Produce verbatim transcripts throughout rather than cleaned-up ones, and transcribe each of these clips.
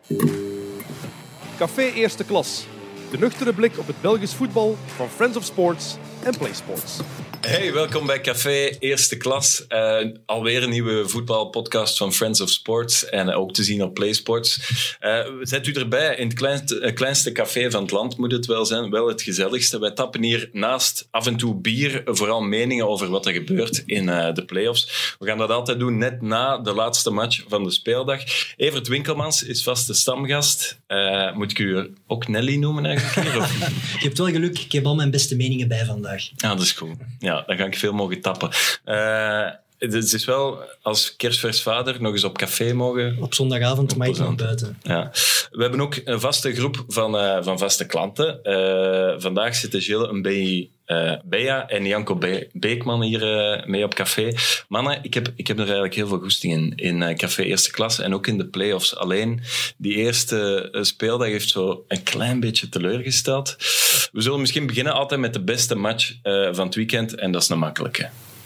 Café Eerste Klas. De nuchtere blik op het Belgisch voetbal van Friends of Sports en Play Sports. Hey, welkom bij Café Eerste Klas. Uh, alweer een nieuwe voetbalpodcast van Friends of Sports en uh, ook te zien op Play Sports. Uh, zet u erbij, in het kleinste, uh, kleinste café van het land moet het wel zijn, wel het gezelligste. Wij tappen hier naast af en toe bier, vooral meningen over wat er gebeurt in uh, de play-offs. We gaan dat altijd doen net na de laatste match van de speeldag. Evert Winkelmans is vaste stamgast. Uh, moet ik u ook Nelly noemen eigenlijk hier? Of? Je hebt wel geluk, ik heb al mijn beste meningen bij vandaag. Ja, dat is goed. Ja, dan ga ik veel mogen tappen. Uh, het is wel als kerstvers vader nog eens op café mogen. Op zondagavond mag ik nog buiten. Ja. We hebben ook een vaste groep van, uh, van vaste klanten. Uh, vandaag zitten Gilles en Be- uh, Bea en Janko Be- Beekman hier uh, mee op café. Mannen, ik heb, ik heb er eigenlijk heel veel goesting in. In uh, Café Eerste Klasse en ook in de play-offs. Alleen die eerste uh, speeldag heeft zo een klein beetje teleurgesteld. We zullen misschien beginnen altijd met de beste match uh, van het weekend. En dat is een makkelijke.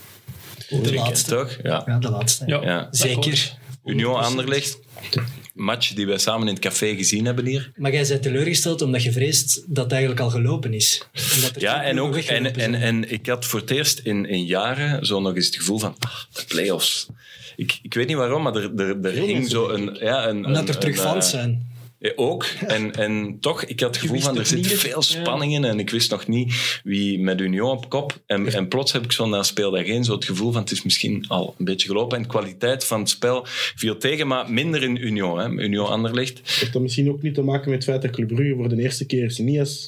De weekend, laatste. Toch? Ja. ja, de laatste. Ja. Ja. Zeker. Union Anderlecht. Match die wij samen in het café gezien hebben hier. Maar jij bent teleurgesteld omdat je vreest dat het eigenlijk al gelopen is. Ja, en, ook, en, en, en ik had voor het eerst in, in jaren zo nog eens het gevoel van ah, de play-offs. Ik, ik weet niet waarom, maar er, er, er hing zo een... Ja, een omdat er een, terug een, fans zijn. Ook. En, en toch, ik had het gevoel van, er zit veel spanning in en ik wist nog niet wie met Union op kop. En, en plots heb ik zo na speeldag één zo het gevoel van, het is misschien al een beetje gelopen. En de kwaliteit van het spel viel tegen, maar minder in Union. Hè. Union Anderlecht. Het heeft dat misschien ook niet te maken met het feit dat Club Brugge voor de eerste keer is niet als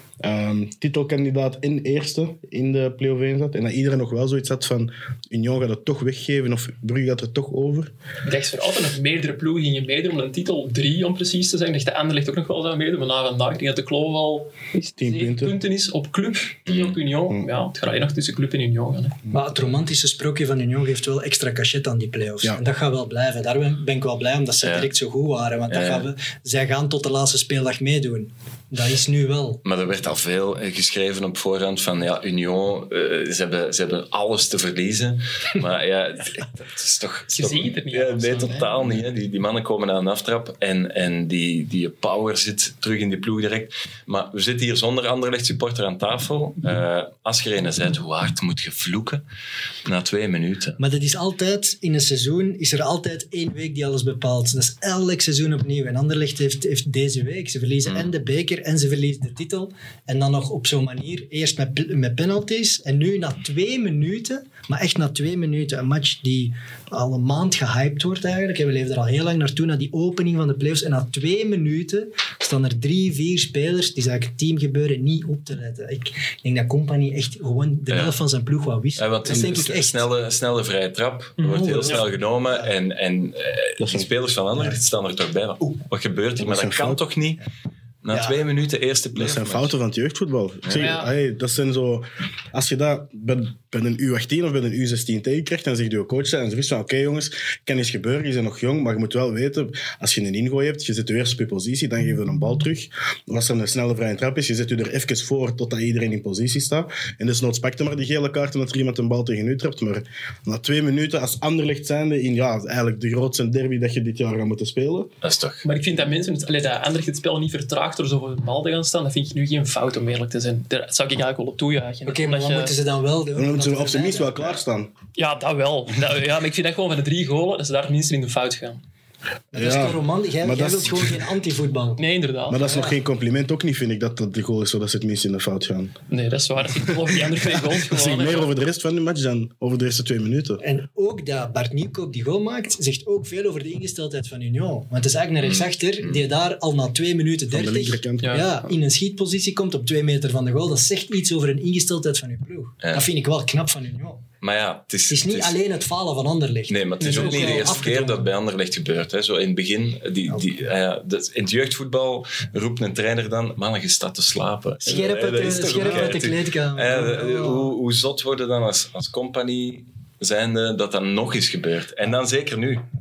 um, titelkandidaat in eerste in de play-off één zat. En dat iedereen nog wel zoiets had van, Union gaat het toch weggeven of Brugge gaat er toch over. Ik dacht voor altijd nog meerdere ploegen gingen meedoen om een titel drie, om precies te zijn. Ik dacht de Anderlecht ook nog wel zou meedoen, maar na vandaag ik denk dat de kloof al tien punten. punten is op Club, tien op Union. Mm. Ja, het gaat alleen nog tussen Club en Union gaan. Hè. Maar het romantische sprookje van Union geeft wel extra cachet aan die play-offs. Ja. En dat gaat wel blijven. Daar ben ik wel blij omdat ze ja. direct zo goed waren. Want ja, ja. Gaan we, zij gaan tot de laatste speeldag meedoen. Dat is nu wel. Maar er werd al veel geschreven op voorhand van ja, Union, uh, ze, hebben, ze hebben alles te verliezen. Maar ja, het is toch... Je toch, ziet het niet. Ja, nee, totaal niet. Hè. Die, die mannen komen aan een aftrap en, en die, die power zit terug in die ploeg direct. Maar we zitten hier zonder Anderlecht supporter aan tafel. Uh, als je er zei, hoe hard moet je vloeken? Na twee minuten. Maar dat is altijd, in een seizoen is er altijd één week die alles bepaalt. Dat is elk seizoen opnieuw. En Anderlecht heeft, heeft deze week, ze verliezen mm. en de beker en ze verliezen de titel. En dan nog op zo'n manier, eerst met, met penalties en nu na twee minuten, maar echt na twee minuten, een match die al een maand gehyped wordt eigenlijk. We leven er al heel lang naartoe, naar die opening van de playoffs. En na twee minuten staan er drie, vier spelers die zaken het teamgebeuren niet op te letten. Ik denk dat Kompany echt gewoon de helft ja. van zijn ploeg wat wist. Ja, want dat denk ik echt. Snelle, snelle vrije trap wordt heel oh, snel ja. genomen en, en uh, die spelers van Anderlecht staan er toch bij. Maar, oeh, wat gebeurt hier? Maar dat kan toch niet? Na ja. twee minuten eerste play. Dat zijn fouten van het jeugdvoetbal. Ja. Zeg, ja. hey, dat zijn zo, als je dat bij, bij een U achttien of bij een U zestien tegenkrijgt, dan zegt je coach en zegt van oké okay, jongens, kan eens gebeuren, je bent nog jong, maar je moet wel weten, als je een ingooi hebt, je zet je eerst op je positie, dan geef je een bal terug. Als er een snelle vrije trap is, je zet je er even voor totdat iedereen in positie staat. En dus nooit pakte maar die gele kaart omdat er iemand een bal tegen u trapt. Maar na twee minuten, als Anderlecht zijnde, in ja, eigenlijk de grootste derby dat je dit jaar gaat moeten spelen. Dat is toch... Maar ik vind dat mensen, allee, dat Anderlecht het spel niet vertraagt door zo voor de bal te gaan staan, dat vind ik nu geen fout om eerlijk te zijn. Daar zou ik eigenlijk wel op toejuichen. Oké, okay, maar wat je... moeten ze dan wel doen? Dan moeten ze op zijn minst wel klaarstaan. Ja, dat wel. Dat, ja, maar ik vind dat gewoon van de drie golen, dat ze daar minstens in de fout gaan. Dat ja, is toch romantisch? Jij, jij wilt is... gewoon geen antivoetbal. Nee, inderdaad. Maar dat is ja. nog geen compliment, ook niet, vind ik, dat dat de goal is zodat ze het minst in de fout gaan. Nee, dat is waar. Dat ik geloof die andere twee goals gewoon. Dat zegt meer over de rest van de match dan over de eerste twee minuten. En ook dat Bart Nieuwkoop die goal maakt, zegt ook veel over de ingesteldheid van Union. Want het is eigenlijk een rechtsachter die daar al na twee minuten dertig ja. Ja, in een schietpositie komt op twee meter van de goal. Dat zegt iets over een ingesteldheid van uw ploeg. Ja. Dat vind ik wel knap van Union. Maar ja, het is, het is niet het is... alleen het falen van Anderlecht. Nee, maar het is ook niet de eerste keer dat bij Anderlecht gebeurt. Hè. Zo in het begin, die, die, uh, de, in het jeugdvoetbal roept een trainer dan, man, je staat te slapen. Scherp uit de, scherp uit de kleedkamer. Uh, uh, hoe, hoe zot worden dan als, als Kompany zijnde dat dat nog eens gebeurt? En dan zeker nu.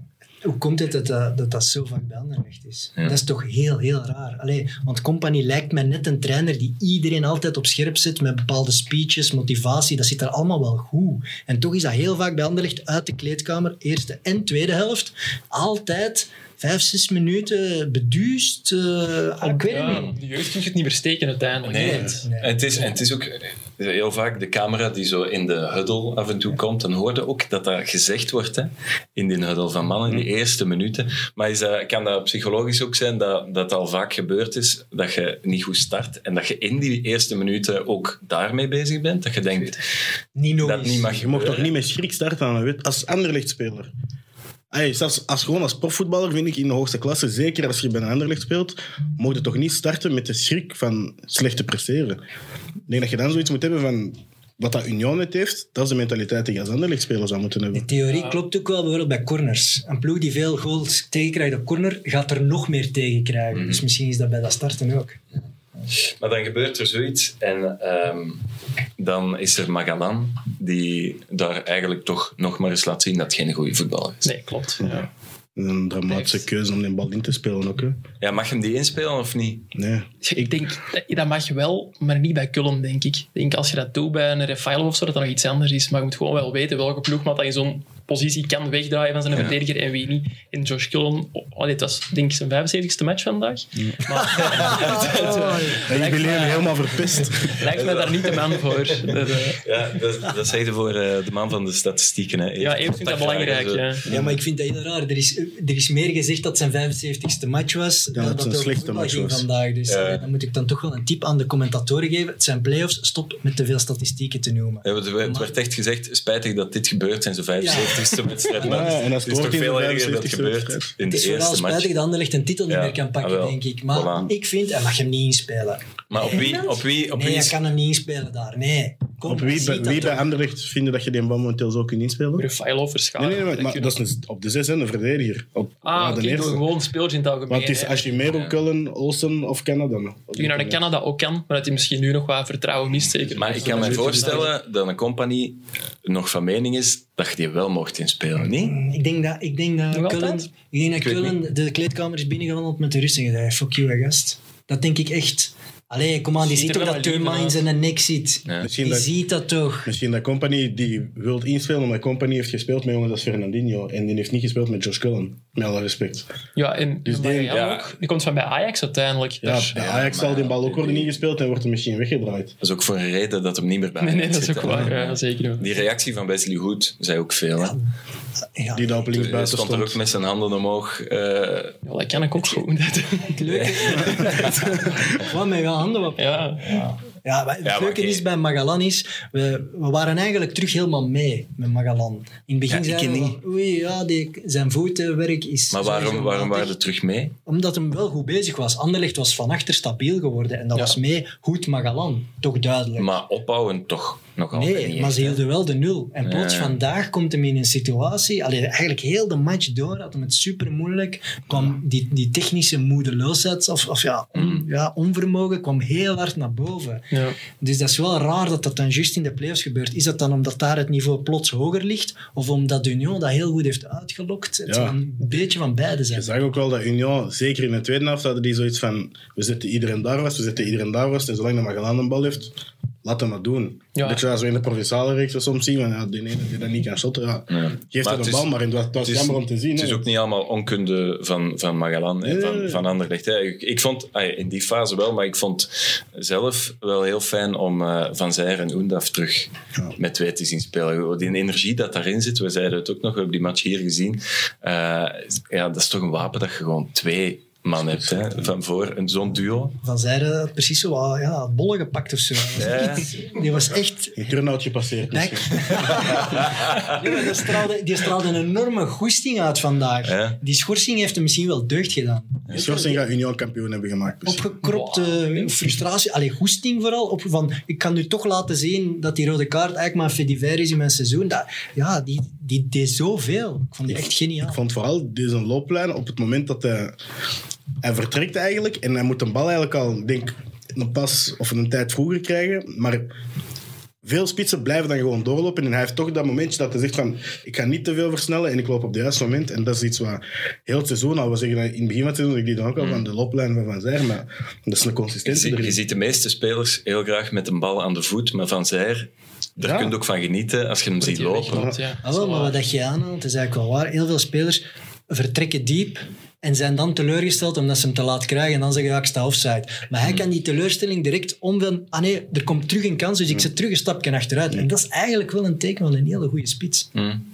Hoe komt het dat dat, dat, dat zo vaak bij Anderlecht is? Ja. Dat is toch heel, heel raar. Allee, want Kompany lijkt mij net een trainer die iedereen altijd op scherp zet met bepaalde speeches, motivatie. Dat zit daar allemaal wel goed. En toch is dat heel vaak bij Anderlecht uit de kleedkamer, eerste en tweede helft, altijd vijf, zes minuten beduust. Uh, ik weet ja, het niet. de jeugd kun je het niet meer steken uiteindelijk. Nee, Nee. En, het is, en het is ook heel vaak de camera die zo in de huddle af en toe komt. Dan hoor je ook dat dat gezegd wordt, hè, in die huddle van mannen, in die eerste minuten. Maar is dat, kan dat psychologisch ook zijn dat dat al vaak gebeurd is, dat je niet goed start en dat je in die eerste minuten ook daarmee bezig bent? Dat je denkt Niet nog dat eens. niet mag Je mocht toch gebeuren. niet met schrik starten aan een wet als Anderlecht-speler. Hey, zelfs als, gewoon als profvoetballer vind ik in de hoogste klasse, zeker als je bij een Anderlecht speelt, mocht je toch niet starten met de schrik van slecht te presteren. Ik denk dat je dan zoiets moet hebben van wat dat Union net heeft, dat is de mentaliteit die je als Anderlecht-speler zou moeten hebben. De theorie klopt ook wel bijvoorbeeld bij corners. Een ploeg die veel goals tegenkrijgt op corner, gaat er nog meer tegen krijgen. Mm. Dus misschien is dat bij dat starten ook. Maar dan gebeurt er zoiets en ehm, dan is er Magalan die daar eigenlijk toch nog maar eens laat zien dat het geen goede voetballer is. Nee, klopt. Ja. Een dramatische keuze om die bal in te spelen ook. Hè. Ja, mag je hem die inspelen of niet? Nee. Ik denk, dat mag je wel, maar niet bij Kullen, denk ik. Ik denk als je dat doet bij een Refailov of zo, dat dat nog iets anders is. Maar je moet gewoon wel weten welke ploegmaat dat in zo'n positie kan wegdraaien van zijn Ja. verdediger en wie niet. En Josh Cullen, oh, dit was denk ik zijn vijfenzeventigste match vandaag. Maar, Ja, ik ben jullie helemaal verpest. lijkt mij daar niet de man voor. Dat, uh, Ja, dat, dat zeg je voor uh, de man van de statistieken. Hè. ja, even vind dat belangrijk. Ja. Ja, maar ik vind dat heel raar. Er is, er is meer gezegd dat het zijn vijfenzeventigste match was dan dat dat het een het over slechte voetbal match ging was. vandaag. Dus Ja. eh, dan moet ik dan toch wel een tip aan de commentatoren geven. Het zijn play-offs, stop met te veel statistieken te noemen. Ja, het het werd echt gezegd, spijtig dat dit gebeurt in zijn vijfenzeventigste wedstrijd. Maar Ja, en het als is het toch hoort in veel de erger dat het vijfenzeventigste gebeurt in Het de is vooral eerste spijtig match. dat Anderlecht een titel niet Ja, meer kan pakken, jawel. denk ik. Maar Voilà. ik vind, hij mag hem niet inspelen. Maar op wie, op wie, op Nee, wie hij is... kan hem niet inspelen daar. Nee. Kom, Op hij wie, ziet bij, dat wie bij toch. Anderlecht vinden dat je die bal momenteel zo kunt inspelen? Refailov, Verscharen. Nee, nee, nee, maar dat is een, op de zes, hè, een verdediger. Op, Ah, ja, oké, de door eerste. gewoon speeltje in het algemeen. Want het is hè. Ashimero, Ja. Cullen, Olsen of Canada. Toen je naar Canada ook kan, maar dat hij misschien nu nog wat vertrouwen mist, zeker. Maar ik kan me voorstellen dat een compagnie nog van mening is dat je die wel mocht inspelen, niet? Ik denk dat, ik denk dat Nog Cullen, altijd? ik denk dat Ik weet Cullen de kleedkamer is binnengewandeld met de rust en gezegd, fuck you, hè, gast. Dat denk ik echt. Allee, kom aan, die Ziet ziet er toch wel dat lief Teuma in uit. zijn nek zit. Ja. Misschien Die dat, ziet dat toch. misschien dat Company die wil inspelen, omdat Company heeft gespeeld met jongens als Fernandinho en die heeft niet gespeeld met Josh Cullen. Met alle respect. Ja, en Dus dus die- Marian ja. ook. Die komt van bij Ajax uiteindelijk. Ja, Daar- bij ja, Ajax maar- zal die bal ook worden ingespeeld en wordt er misschien weggedraaid. Dat is ook voor een reden dat hem niet meer bij nee, nee, Ajax dat is zit, ook hè. waar. Ja, zeker. Die reactie van Wesley Hood zei ook veel. Hè? Ja, Die daar op links Hij buiten stond er stond. ook met zijn handen omhoog. eh, Ja, dat kan ik ook goed. het leuke... Wat, met je handen op? Ja. Ja, maar het maar leuke oké. is bij Magalan is, we, we waren eigenlijk terug helemaal mee met Magalan. In het begin Ja, ik zeiden we niet. van, oei, ja, die, zijn voetenwerk is... maar waarom, sowieso waarom matig. waren we terug mee? Omdat hem wel goed bezig was. Anderlecht was van achter stabiel geworden en dat Ja. was mee goed Magalan. Toch duidelijk. Maar opbouwen toch nog altijd Nee, niet maar echt, ze hè? hielden wel de nul. En plots Ja. vandaag komt hem in een situatie... Allee, eigenlijk heel de match door had hem het super moeilijk. Kwam die, die technische moedeloosheid of, of ja, on- Mm. ja, onvermogen kwam heel hard naar boven. Ja. Dus dat is wel raar dat dat dan juist in de playoffs gebeurt. Is dat dan omdat daar het niveau plots hoger ligt? Of omdat Union dat heel goed heeft uitgelokt? Het Ja. zou een beetje van beide Je zijn. zag ook wel dat Union, zeker in de tweede helft, hadden die zoiets van we zetten iedereen daar vast, we zetten iedereen daar vast en zolang de Magalan een bal heeft, laat hem maar doen. Ja. Dat je dat zo in de provinciale reeks soms zien, van ja, die ene die dat niet kan shotten, ja. Ja. Geef Maar hem het de is- bal maar. En het was, het was Het is, jammer om te zien. het is hè. ook niet allemaal onkunde van, van Magalan en Nee, nee, van, nee. van Anderlecht. Hè. Ik, ik vond, ah, in die fase wel, maar ik vond zelf wel heel fijn om uh, Van Zijr en Oendaf terug Ja. met twee te zien spelen. Die energie dat daarin zit, we zeiden het ook nog, we hebben die match hier gezien. Uh, ja, dat is toch een wapen dat je gewoon twee man hebt, hè, van voor een zo'n duo. Van Zijde had precies zo ah, ja, bollen gepakt of zo. Ja. Die was echt... Een turnout gepasseerd. Nee, misschien. maar die, straalde, die straalde een enorme goesting uit vandaag. Ja. Die schorsing heeft hem misschien wel deugd gedaan. De schorsing gaat Union kampioen hebben gemaakt. Dus. Opgekropte frustratie, allee, goesting vooral. Op, van, ik kan nu toch laten zien dat die rode kaart eigenlijk maar een fediver is in mijn seizoen. Dat, ja, die, die deed zoveel. Ik vond die echt geniaal. Ik vond vooral deze looplijn op het moment dat hij, hij vertrekt eigenlijk en hij moet een bal eigenlijk al, ik denk, een pas of een tijd vroeger krijgen, maar veel spitsen blijven dan gewoon doorlopen en hij heeft toch dat momentje dat hij zegt van ik ga niet te veel versnellen en ik loop op het juiste moment. En dat is iets wat heel het seizoen al, we zeggen dat in het begin van het seizoen, ik die dan ook al mm. van de looplijn van Van Zijr, maar dat is een consistentie je, erin. je ziet de meeste spelers heel graag met een bal aan de voet, maar Van Zijr, daar ja. kun je ook van genieten als je hem ziet lopen. Ja. Ja. Ah, wel, maar wat dat je aanhaalt, is eigenlijk wel waar. Heel veel spelers vertrekken diep en zijn dan teleurgesteld omdat ze hem te laat krijgen en dan zeggen ja, ik sta offside. Maar hij kan die teleurstelling direct om van ah nee, er komt terug een kans, dus ik zet terug een stapje achteruit. En dat is eigenlijk wel een teken van een hele goede spits. Mm.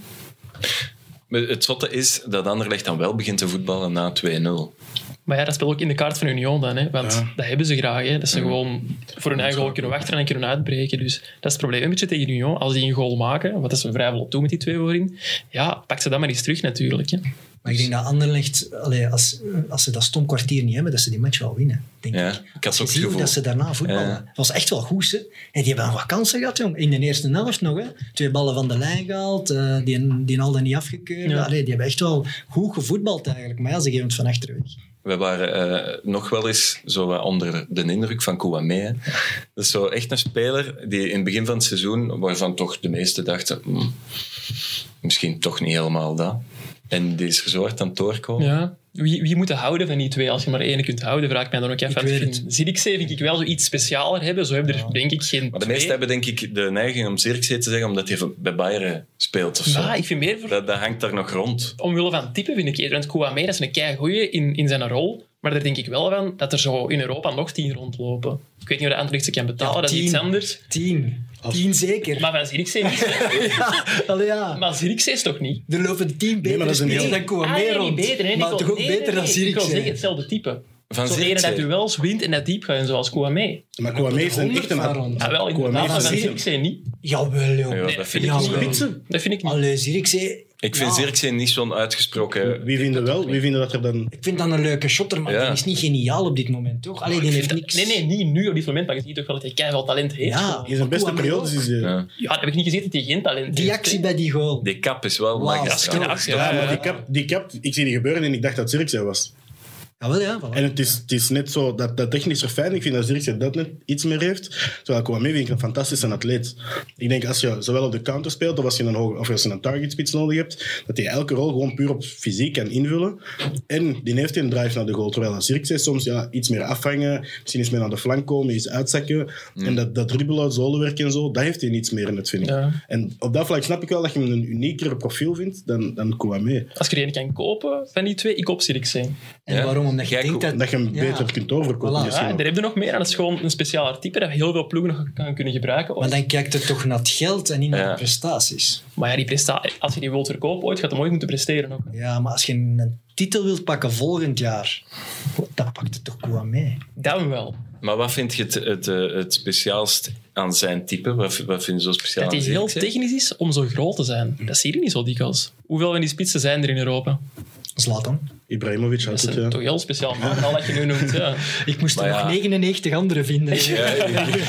Het zotte is dat Anderlecht dan wel begint te voetballen na twee nul. Maar ja, dat speelt ook in de kaart van Union dan, hè? Want ja. dat hebben ze graag. Hè? Dat ze mm. gewoon voor hun eigen goal kunnen wachten en kunnen uitbreken. Dus dat is het probleem een beetje tegen Union. Als die een goal maken, wat ze vrij wel op doen met die twee voorin, ja, pak ze dat maar eens terug natuurlijk. Hè? Maar ik denk dat Anderlecht, allee, als, als ze dat stom kwartier niet hebben, dat ze die match wel winnen. Denk ja, ik. ik had ook het gevoel dat ze daarna voetballen. Ja. Het was echt wel goed. Hè? En die hebben wat kansen gehad, jong. In de eerste helft nog. Hè? Twee ballen van de lijn gehaald. Uh, die, die al dan niet afgekeurd. Ja. Allee, die hebben echt wel goed gevoetbald eigenlijk. Maar ja, ze geven het van achter weg. We waren uh, nog wel eens zo onder de indruk van Kouamé. Dat is zo echt een speler die in het begin van het seizoen, waarvan toch de meesten dachten, hmm, misschien toch niet helemaal dat. En die is er zo hard aan het doorkomen. Ja. Wie, wie moet je houden van die twee? Als je maar één kunt houden, vraag ik mij dan ook even. Zirkzee vind ik wel zo iets specialer hebben. Zo hebben er ja. denk ik geen Maar de twee. meesten hebben denk ik de neiging om Zirkzee te zeggen, omdat hij bij Bayern speelt of zo. Ja, ik vind meer voor... dat, dat hangt daar nog rond. Omwille van type vind ik eerder. Want Kouamé, dat is een keigoeie in, in zijn rol. Maar daar denk ik wel van dat er zo in Europa nog tien rondlopen. Ik weet niet hoe de Anderlecht kan betalen, ja, dat is iets anders. Tien. Als... Tien zeker. Maar van Zirkzee niet. ja, allee, ja. Maar Zirkzee is toch niet? Er lopen tien betere nee, spelers heel... dan Kouamé ah, nee, rond. Beter, nee, maar ik toch ook nee, beter nee, dan nee, Zirkzee. Ik wil zeggen, hetzelfde type. Van Zo ene dat duels wint en dat diep gaat, zoals Kouamé. Maar Kouamé is een echte... Ja, wel, inderdaad, maar van Zirkzee niet. Jawel, joh. Ja, Nee, dat vind ik ik niet. niet. Dat vind ik niet. Allee, Zirkzee... Ik vind ja. Zirkzee niet zo'n uitgesproken... Wie vinden wel? Wie vinden dat er dan... Ik vind dat een leuke shotter, maar ja. die is niet geniaal op dit moment, toch? Allee, die heeft dat, niks... Nee, nee, niet nu op dit moment, maar je ziet toch wel dat hij keiveel talent heeft. Ja. In zijn beste Kouamé periodes is hij... Ja. Ja, dat heb ik niet gezien dat hij geen talent Die heeft. actie bij die goal. Die kap is wel... Wow, maar dat is ja, knap. Ja, Ja, ja, maar die ja. kap, die kap, ik zie die gebeuren en ik dacht dat Zirkzee was. Jawel, ja. Voilà. En het is, het is net zo, dat, dat technisch fijn. Ik vind dat Zirkzee dat net iets meer heeft. Terwijl Kouamé vind ik een fantastische atleet. Ik denk als je zowel op de counter speelt of als je een, hoog, of als je een target spits nodig hebt, dat hij elke rol gewoon puur op fysiek kan invullen. En die heeft een drive naar de goal. Terwijl Zirkzee soms ja, iets meer afvangen, misschien iets meer naar de flank komen, iets uitzakken. Mm. En dat, dat dribbelen, zolenwerk en zo, dat heeft hij niets meer in het, vind ik. Ja. En op dat vlak snap ik wel dat je hem een unieker profiel vindt dan, dan Kouamé. Als je er een kan kopen van die twee, ik koop Zirkzee. En Ja. waarom? Omdat je Jij denkt ko- dat... Dat je hem Ja. beter kunt overkopen. Voilà. misschien Ja, en ook. daar heb je nog meer aan. Dat is gewoon een speciaal type dat heel veel ploegen nog gaan kunnen gebruiken. Maar dan kijkt het toch naar het geld en niet naar Ja. de prestaties. Maar ja, die presta- als je die wilt verkopen ooit, gaat hem ooit moeten presteren ook. Ja, maar als je een titel wilt pakken volgend jaar, dan pakt het toch Kouamé. Dan wel. Maar wat vind je het, het, het, het speciaalst aan zijn type? Wat, wat vind je zo speciaal Dat aan hij heel Zirkzee? technisch is om zo groot te zijn. Dat zie je niet zo dikwijls. Hoeveel van die spitsen zijn er in Europa? Zlatan. Ibrahimovic Dat had zijn het, ja. toch heel speciaal maken, al dat je nu noemt. Ja. Ik moest er Maar nog ja. negenennegentig andere vinden. Ja, ik,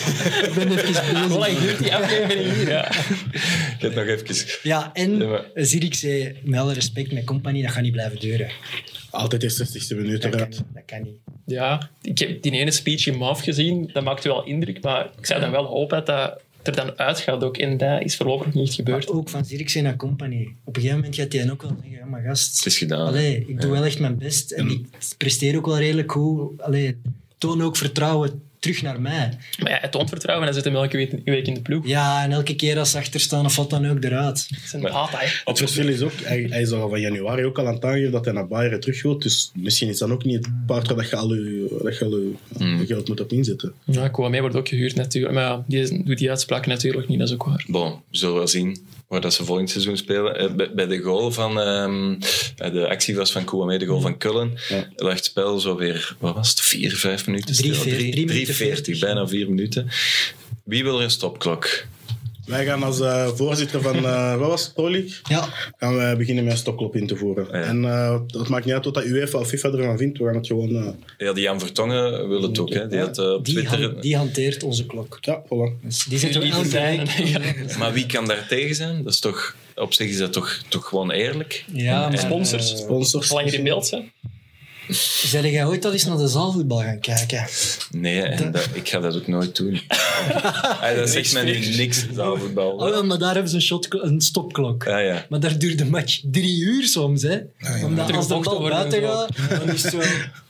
Ik ben even bezig. Hoe lang duurt die aflevering hier? Ja. ik heb nog even... Ja, en Ja, maar- Zirkzee, met alle respect, met compagnie, dat gaat niet blijven duren. Altijd de zestigste minuut Dat kan, eruit. niet, dat kan niet. Ja, ik heb die ene speech in Maf gezien. Dat maakte wel indruk, maar ik zou dan wel hopen dat dat er dan uitgaat ook. En dat is voorlopig nog niet gebeurd. Maar ook van Zirkzee naar compagnie. Op een gegeven moment gaat hij dan ook wel zeggen, ja, maar gast... Het is gedaan. Allee, ik doe Ja. wel echt mijn best en ik presteer ook wel redelijk goed. Allee, toon ook vertrouwen terug naar mij. Maar ja, hij toont vertrouwen en hij zet hem elke week week in de ploeg. Ja, en elke keer als ze achterstaan, dan valt dan ook eruit. Dat is een Maar- data, hè. Het verschil is ook, hij, hij is al van januari ook al aan het aangeven dat hij naar Bayern terug wil. Dus misschien is dat ook niet het paard waar dat je al je, dat je al je Mm. je geld moet op inzetten. Ja, Kouamé wordt ook gehuurd natuurlijk. Maar ja, die is- doet die uitspraak natuurlijk niet, dat is ook waar. Bon, we zullen wel zien waar dat ze volgend seizoen spelen. Eh, Bij, bij de goal van... ehm, eh, de actie was van Kouamé, de goal van Kullen. Ja. Lag het spel zo weer... Wat was het? Vier, vijf minuten Drie stil? veer- drie minuten drie veertig, veertig. bijna vier minuten. Wie wil er een stopklok? Wij gaan als uh, voorzitter van, uh, wat was het, Pro League? Ja, Gaan we beginnen met een stopklop in te voeren. Ja. En uh, het maakt niet uit wat dat UEFA of FIFA ervan vindt. We gaan het gewoon... Uh, Ja, die Jan Vertongen wil het ook. Hè. Die had eh, op die, Twitter... han- die hanteert onze klok. ja, voilà. Dus die zetten we Die elke zijn- week. Maar wie kan daar tegen zijn? Dat is toch... Op zich is dat toch, toch gewoon eerlijk? Ja, maar, Sponsors. eh, Sponsors. Zolang je in beeld zijn. Zijn jij ooit al eens naar de zaalvoetbal gaan kijken? Nee, en dat, ik ga dat ook nooit doen. Ay, dat zegt mij nu niks, zaalvoetbal. Oh, ja, maar daar hebben ze een, shot, een stopklok. Ah, ja. Maar daar duurt de match drie uur soms. Hè? ja. Omdat als de bal buiten gaat, dan is het zo...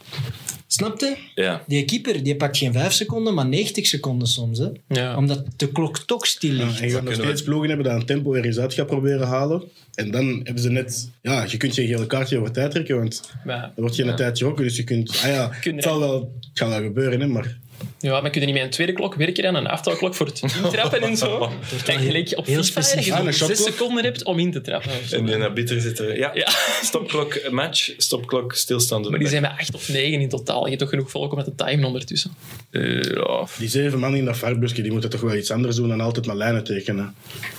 Snap je? Ja. Die keeper die pakt geen vijf seconden, maar negentig seconden soms. Hè? Ja. Omdat de klok toch stil ligt. En je gaat nog steeds ploegen hebben dat een tempo er eens uit gaat proberen halen. En dan hebben ze net... Ja, je kunt je gele kaartje over tijd trekken, want Ja. dan word je in een tijd gerokken. Dus je kunt... Ah ja, Kun je- het zal wel, het gaat wel gebeuren, hè, maar... Ja, maar kun je niet met een tweede klok werken en een aftelklok voor het intrappen en zo? En gelijk op heel FIFA specifiek. je Ah, een zes shotklok? seconden hebt om in te trappen. Of zo. En de arbiter zit er... Ja, Ja. stopklok match, stopklok stilstand. Maar die zijn met acht of negen in totaal. Je hebt toch genoeg volk om met te timen ondertussen. Uh, ja. Die zeven man in dat varkbusje, die moeten toch wel iets anders doen dan altijd maar lijnen tekenen.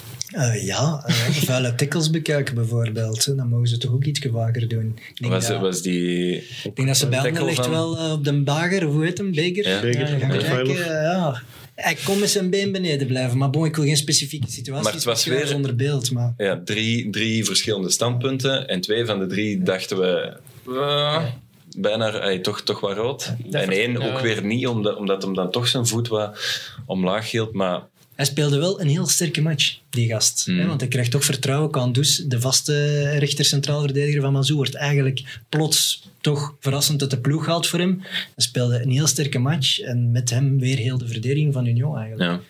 Uh, ja, uh, vuile tikkels bekijken bijvoorbeeld. Dan mogen ze toch ook iets vaker doen. Ik denk, Was, dat, was die... ik denk dat ze bij Tackle Anderlecht van- wel uh, op de bager, of hoe heet hem, beker? Ja. Beker, Ja, gaan ja, kijken, Veilig. uh, ja. Hij kon met zijn been beneden blijven. Maar bon, ik wil geen specifieke situatie. Maar het was weer- zonder beeld. Maar... Ja, drie, drie verschillende standpunten. En twee van de drie dachten we... Uh, bijna ay, toch, toch wat rood. Dat En één ver- ook ja. weer niet, omdat, omdat hem dan toch zijn voet wat omlaag hield. Maar Hij speelde wel een heel sterke match, die gast. Mm. Hè, want hij krijgt toch vertrouwen. Kandus, de vaste rechter centraal verdediger van Mazou, wordt eigenlijk plots toch verrassend uit de ploeg gehaald voor hem. Hij speelde een heel sterke match. En met hem weer heel de verdediging van Union eigenlijk. ja.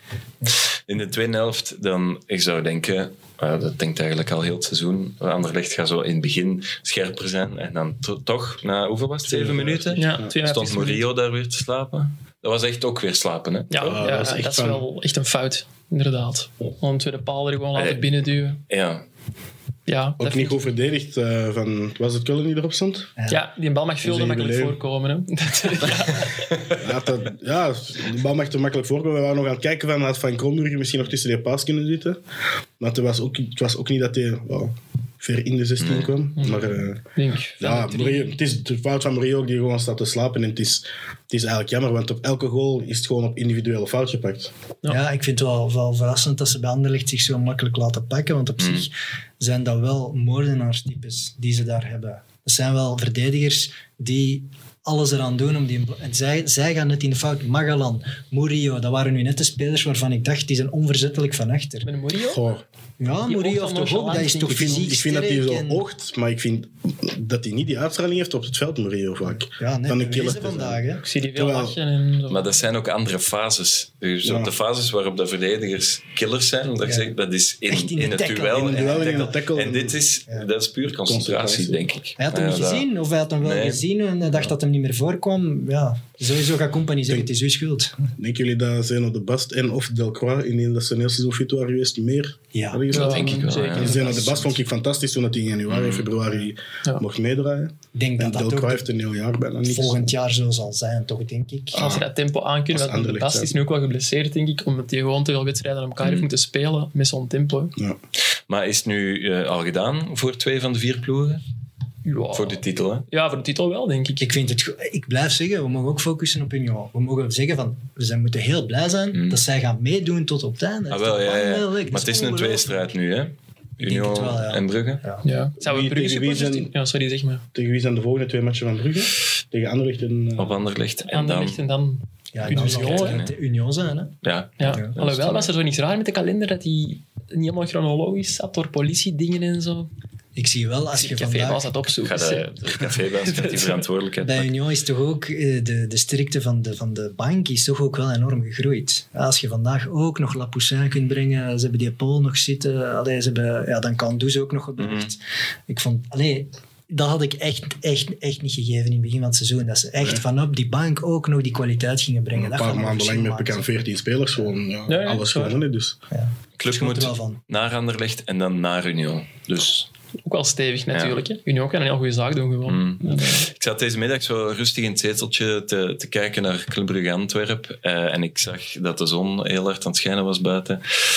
In de tweede helft, dan, ik zou denken... Uh, dat denkt eigenlijk al heel het seizoen. Anderlecht gaat zo in het begin scherper zijn. En dan to- toch, na hoeveel was het? Zeven minuten? Ja, Stond tweeënvijftig Murillo daar weer te slapen? Dat was echt ook weer slapen, hè? Ja, Ah, ja, dat is dat echt is van- wel echt een fout. Inderdaad. Om een tweede paal er gewoon laten Allee. binnenduwen. Ja. Ja, Ook dat niet vind goed verdedigd uh, van... Was het Kullen die erop stond? ik- Ja, die bal mag veel te Zijn makkelijk jubileum. voorkomen. Hè. Dat- ja. Ja, dat, ja, de bal mag te makkelijk voorkomen. We waren nog aan het kijken van, had Van Krombrugge misschien nog tussen die paas kunnen zitten. Maar het was ook, het was ook niet dat hij well, ver in de zestien Nee. kwam. Maar uh, Ik denk, ja, van de drie. Murillo, het is de fout van Murillo ook die gewoon staat te slapen. En het is, het is eigenlijk jammer, want op elke goal is het gewoon op individuele fout gepakt. Ja. Ja, ik vind het wel, wel verrassend dat ze bij Anderlecht zich zo makkelijk laten pakken. Want op Mm. zich zijn dat wel moordenaarstypes die ze daar hebben. Dat zijn wel verdedigers die alles eraan doen om die... En zij, zij gaan net in de fout. Magalan, Murillo, dat waren nu net de spelers waarvan ik dacht, die zijn onverzettelijk van achter. Met een Murillo? Goh, Ja, Die Murillo oogt heeft dan toch ook, dat is nonchalant, toch ik vind, fysiek ik vind dat hij zo sterk en- oogt, maar ik vind dat hij niet die uitstraling heeft op het veld, Murillo, vaak. Ja, net Van een bewezen killer te zijn. vandaag. Hè. Ik zie die veel Terwijl- lachen en zo. Maar dat zijn ook andere fases. Dus Ja. op de fases waarop de verdedigers killers zijn, dat, Ja. zeg, dat is in, Echt in de in het tackle. duel. In een duel en in tackle. de tackle. En dit is, Ja. dat is puur concentratie, Concentratie. denk ik. Hij had hem Ja, niet dat- gezien, of hij had hem wel Nee. gezien en hij dacht dat hem niet meer voorkwam. Ja, sowieso gaat Company zeggen, het is uw schuld. Denken jullie dat Zeno de Bast en of Delcroix, in dat ze een heel seizoen fit waren geweest, meer Ja. hadden gezet? Ja, denk ik wel, zeker. ja. Zeno de Bast vond ik fantastisch toen het in januari en februari Ja. mocht meedraaien. Ik denk En dat dat Delcroix ook heeft een heel jaar bijna niks. volgend jaar zo zal zijn, toch, denk ik. Als ze dat tempo aan kunnen, Als want de Anderlecht Bast zijn. is nu ook wel geblesseerd, denk ik, omdat hij gewoon te veel wedstrijden aan elkaar heeft moeten spelen met zo'n tempo. Ja. Maar is het nu eh, al gedaan voor twee van de vier ploegen? Ja. Voor de titel, hè? Ja, voor de titel wel, denk ik. Ik, vind het, go- ik blijf zeggen, we mogen ook focussen op Union. We mogen zeggen van, we zijn, moeten heel blij zijn Mm. dat zij gaan meedoen tot op het einde. Ah, Dat is wel, toch ja, ja. onmogelijk? Dat Maar het is een tweestrijd nu, hè? denk Union het wel, ja. en Brugge. Ja. Ja. Zou we Wie- Brugge tegen wie supporters... zijn- Ja, sorry, zeg maar. Tegen wie zijn de volgende twee matchen van Brugge? Tegen Anderlecht en... uh, Op Anderlecht. En dan... Anderlecht en dan... Ja, en dan Union, zal hè. het de Union zijn. Hè? Ja. Ja. Ja. Alhoewel was er zo niks raar met de kalender dat die niet helemaal chronologisch zat door politiedingen en zo. Ik zie wel, als je Ik café was vandaag... dat Ik opzoeken. ga de, de cafébaas met die verantwoordelijkheid Bij pakken. Union is toch ook eh, de, de sterkte van de, van de bank is toch ook wel enorm gegroeid. Als je vandaag ook nog Lapoussin kunt brengen, ze hebben die Paul nog zitten, allee, ze hebben, ja, dan kan Does ook nog gebracht. Ik vond, allee, dat had ik echt, echt, echt niet gegeven in het begin van het seizoen. Dat ze echt vanop die bank ook nog die kwaliteit gingen brengen. een Dat paar gaat nog maanden lang verschil met bekend maken. veertien spelers gewoon ja, Ja, ja, alles waar. gewonnen. Dus. Ja. Club Schoot er moet wel van. naar Anderlecht en dan naar Union. Dus... Ook wel stevig natuurlijk. Hè. Union kan een heel goede zaak doen gewoon. Mm. En, eh, Ik zat deze middag zo rustig in het zeteltje te, te kijken naar Club Brugge Antwerp. Uh, en ik zag dat de zon heel hard aan het schijnen was buiten.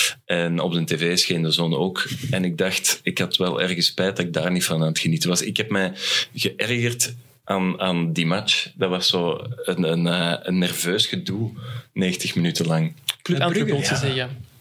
En op de tv scheen de zon ook. En ik dacht, ik had wel ergens spijt dat ik daar niet van aan het genieten was. Ik heb mij geërgerd aan, aan die match. Dat was zo een, een, uh, een nerveus gedoe, negentig minuten lang. Club Met Antwerp Brugge, wil ze ja. zeggen.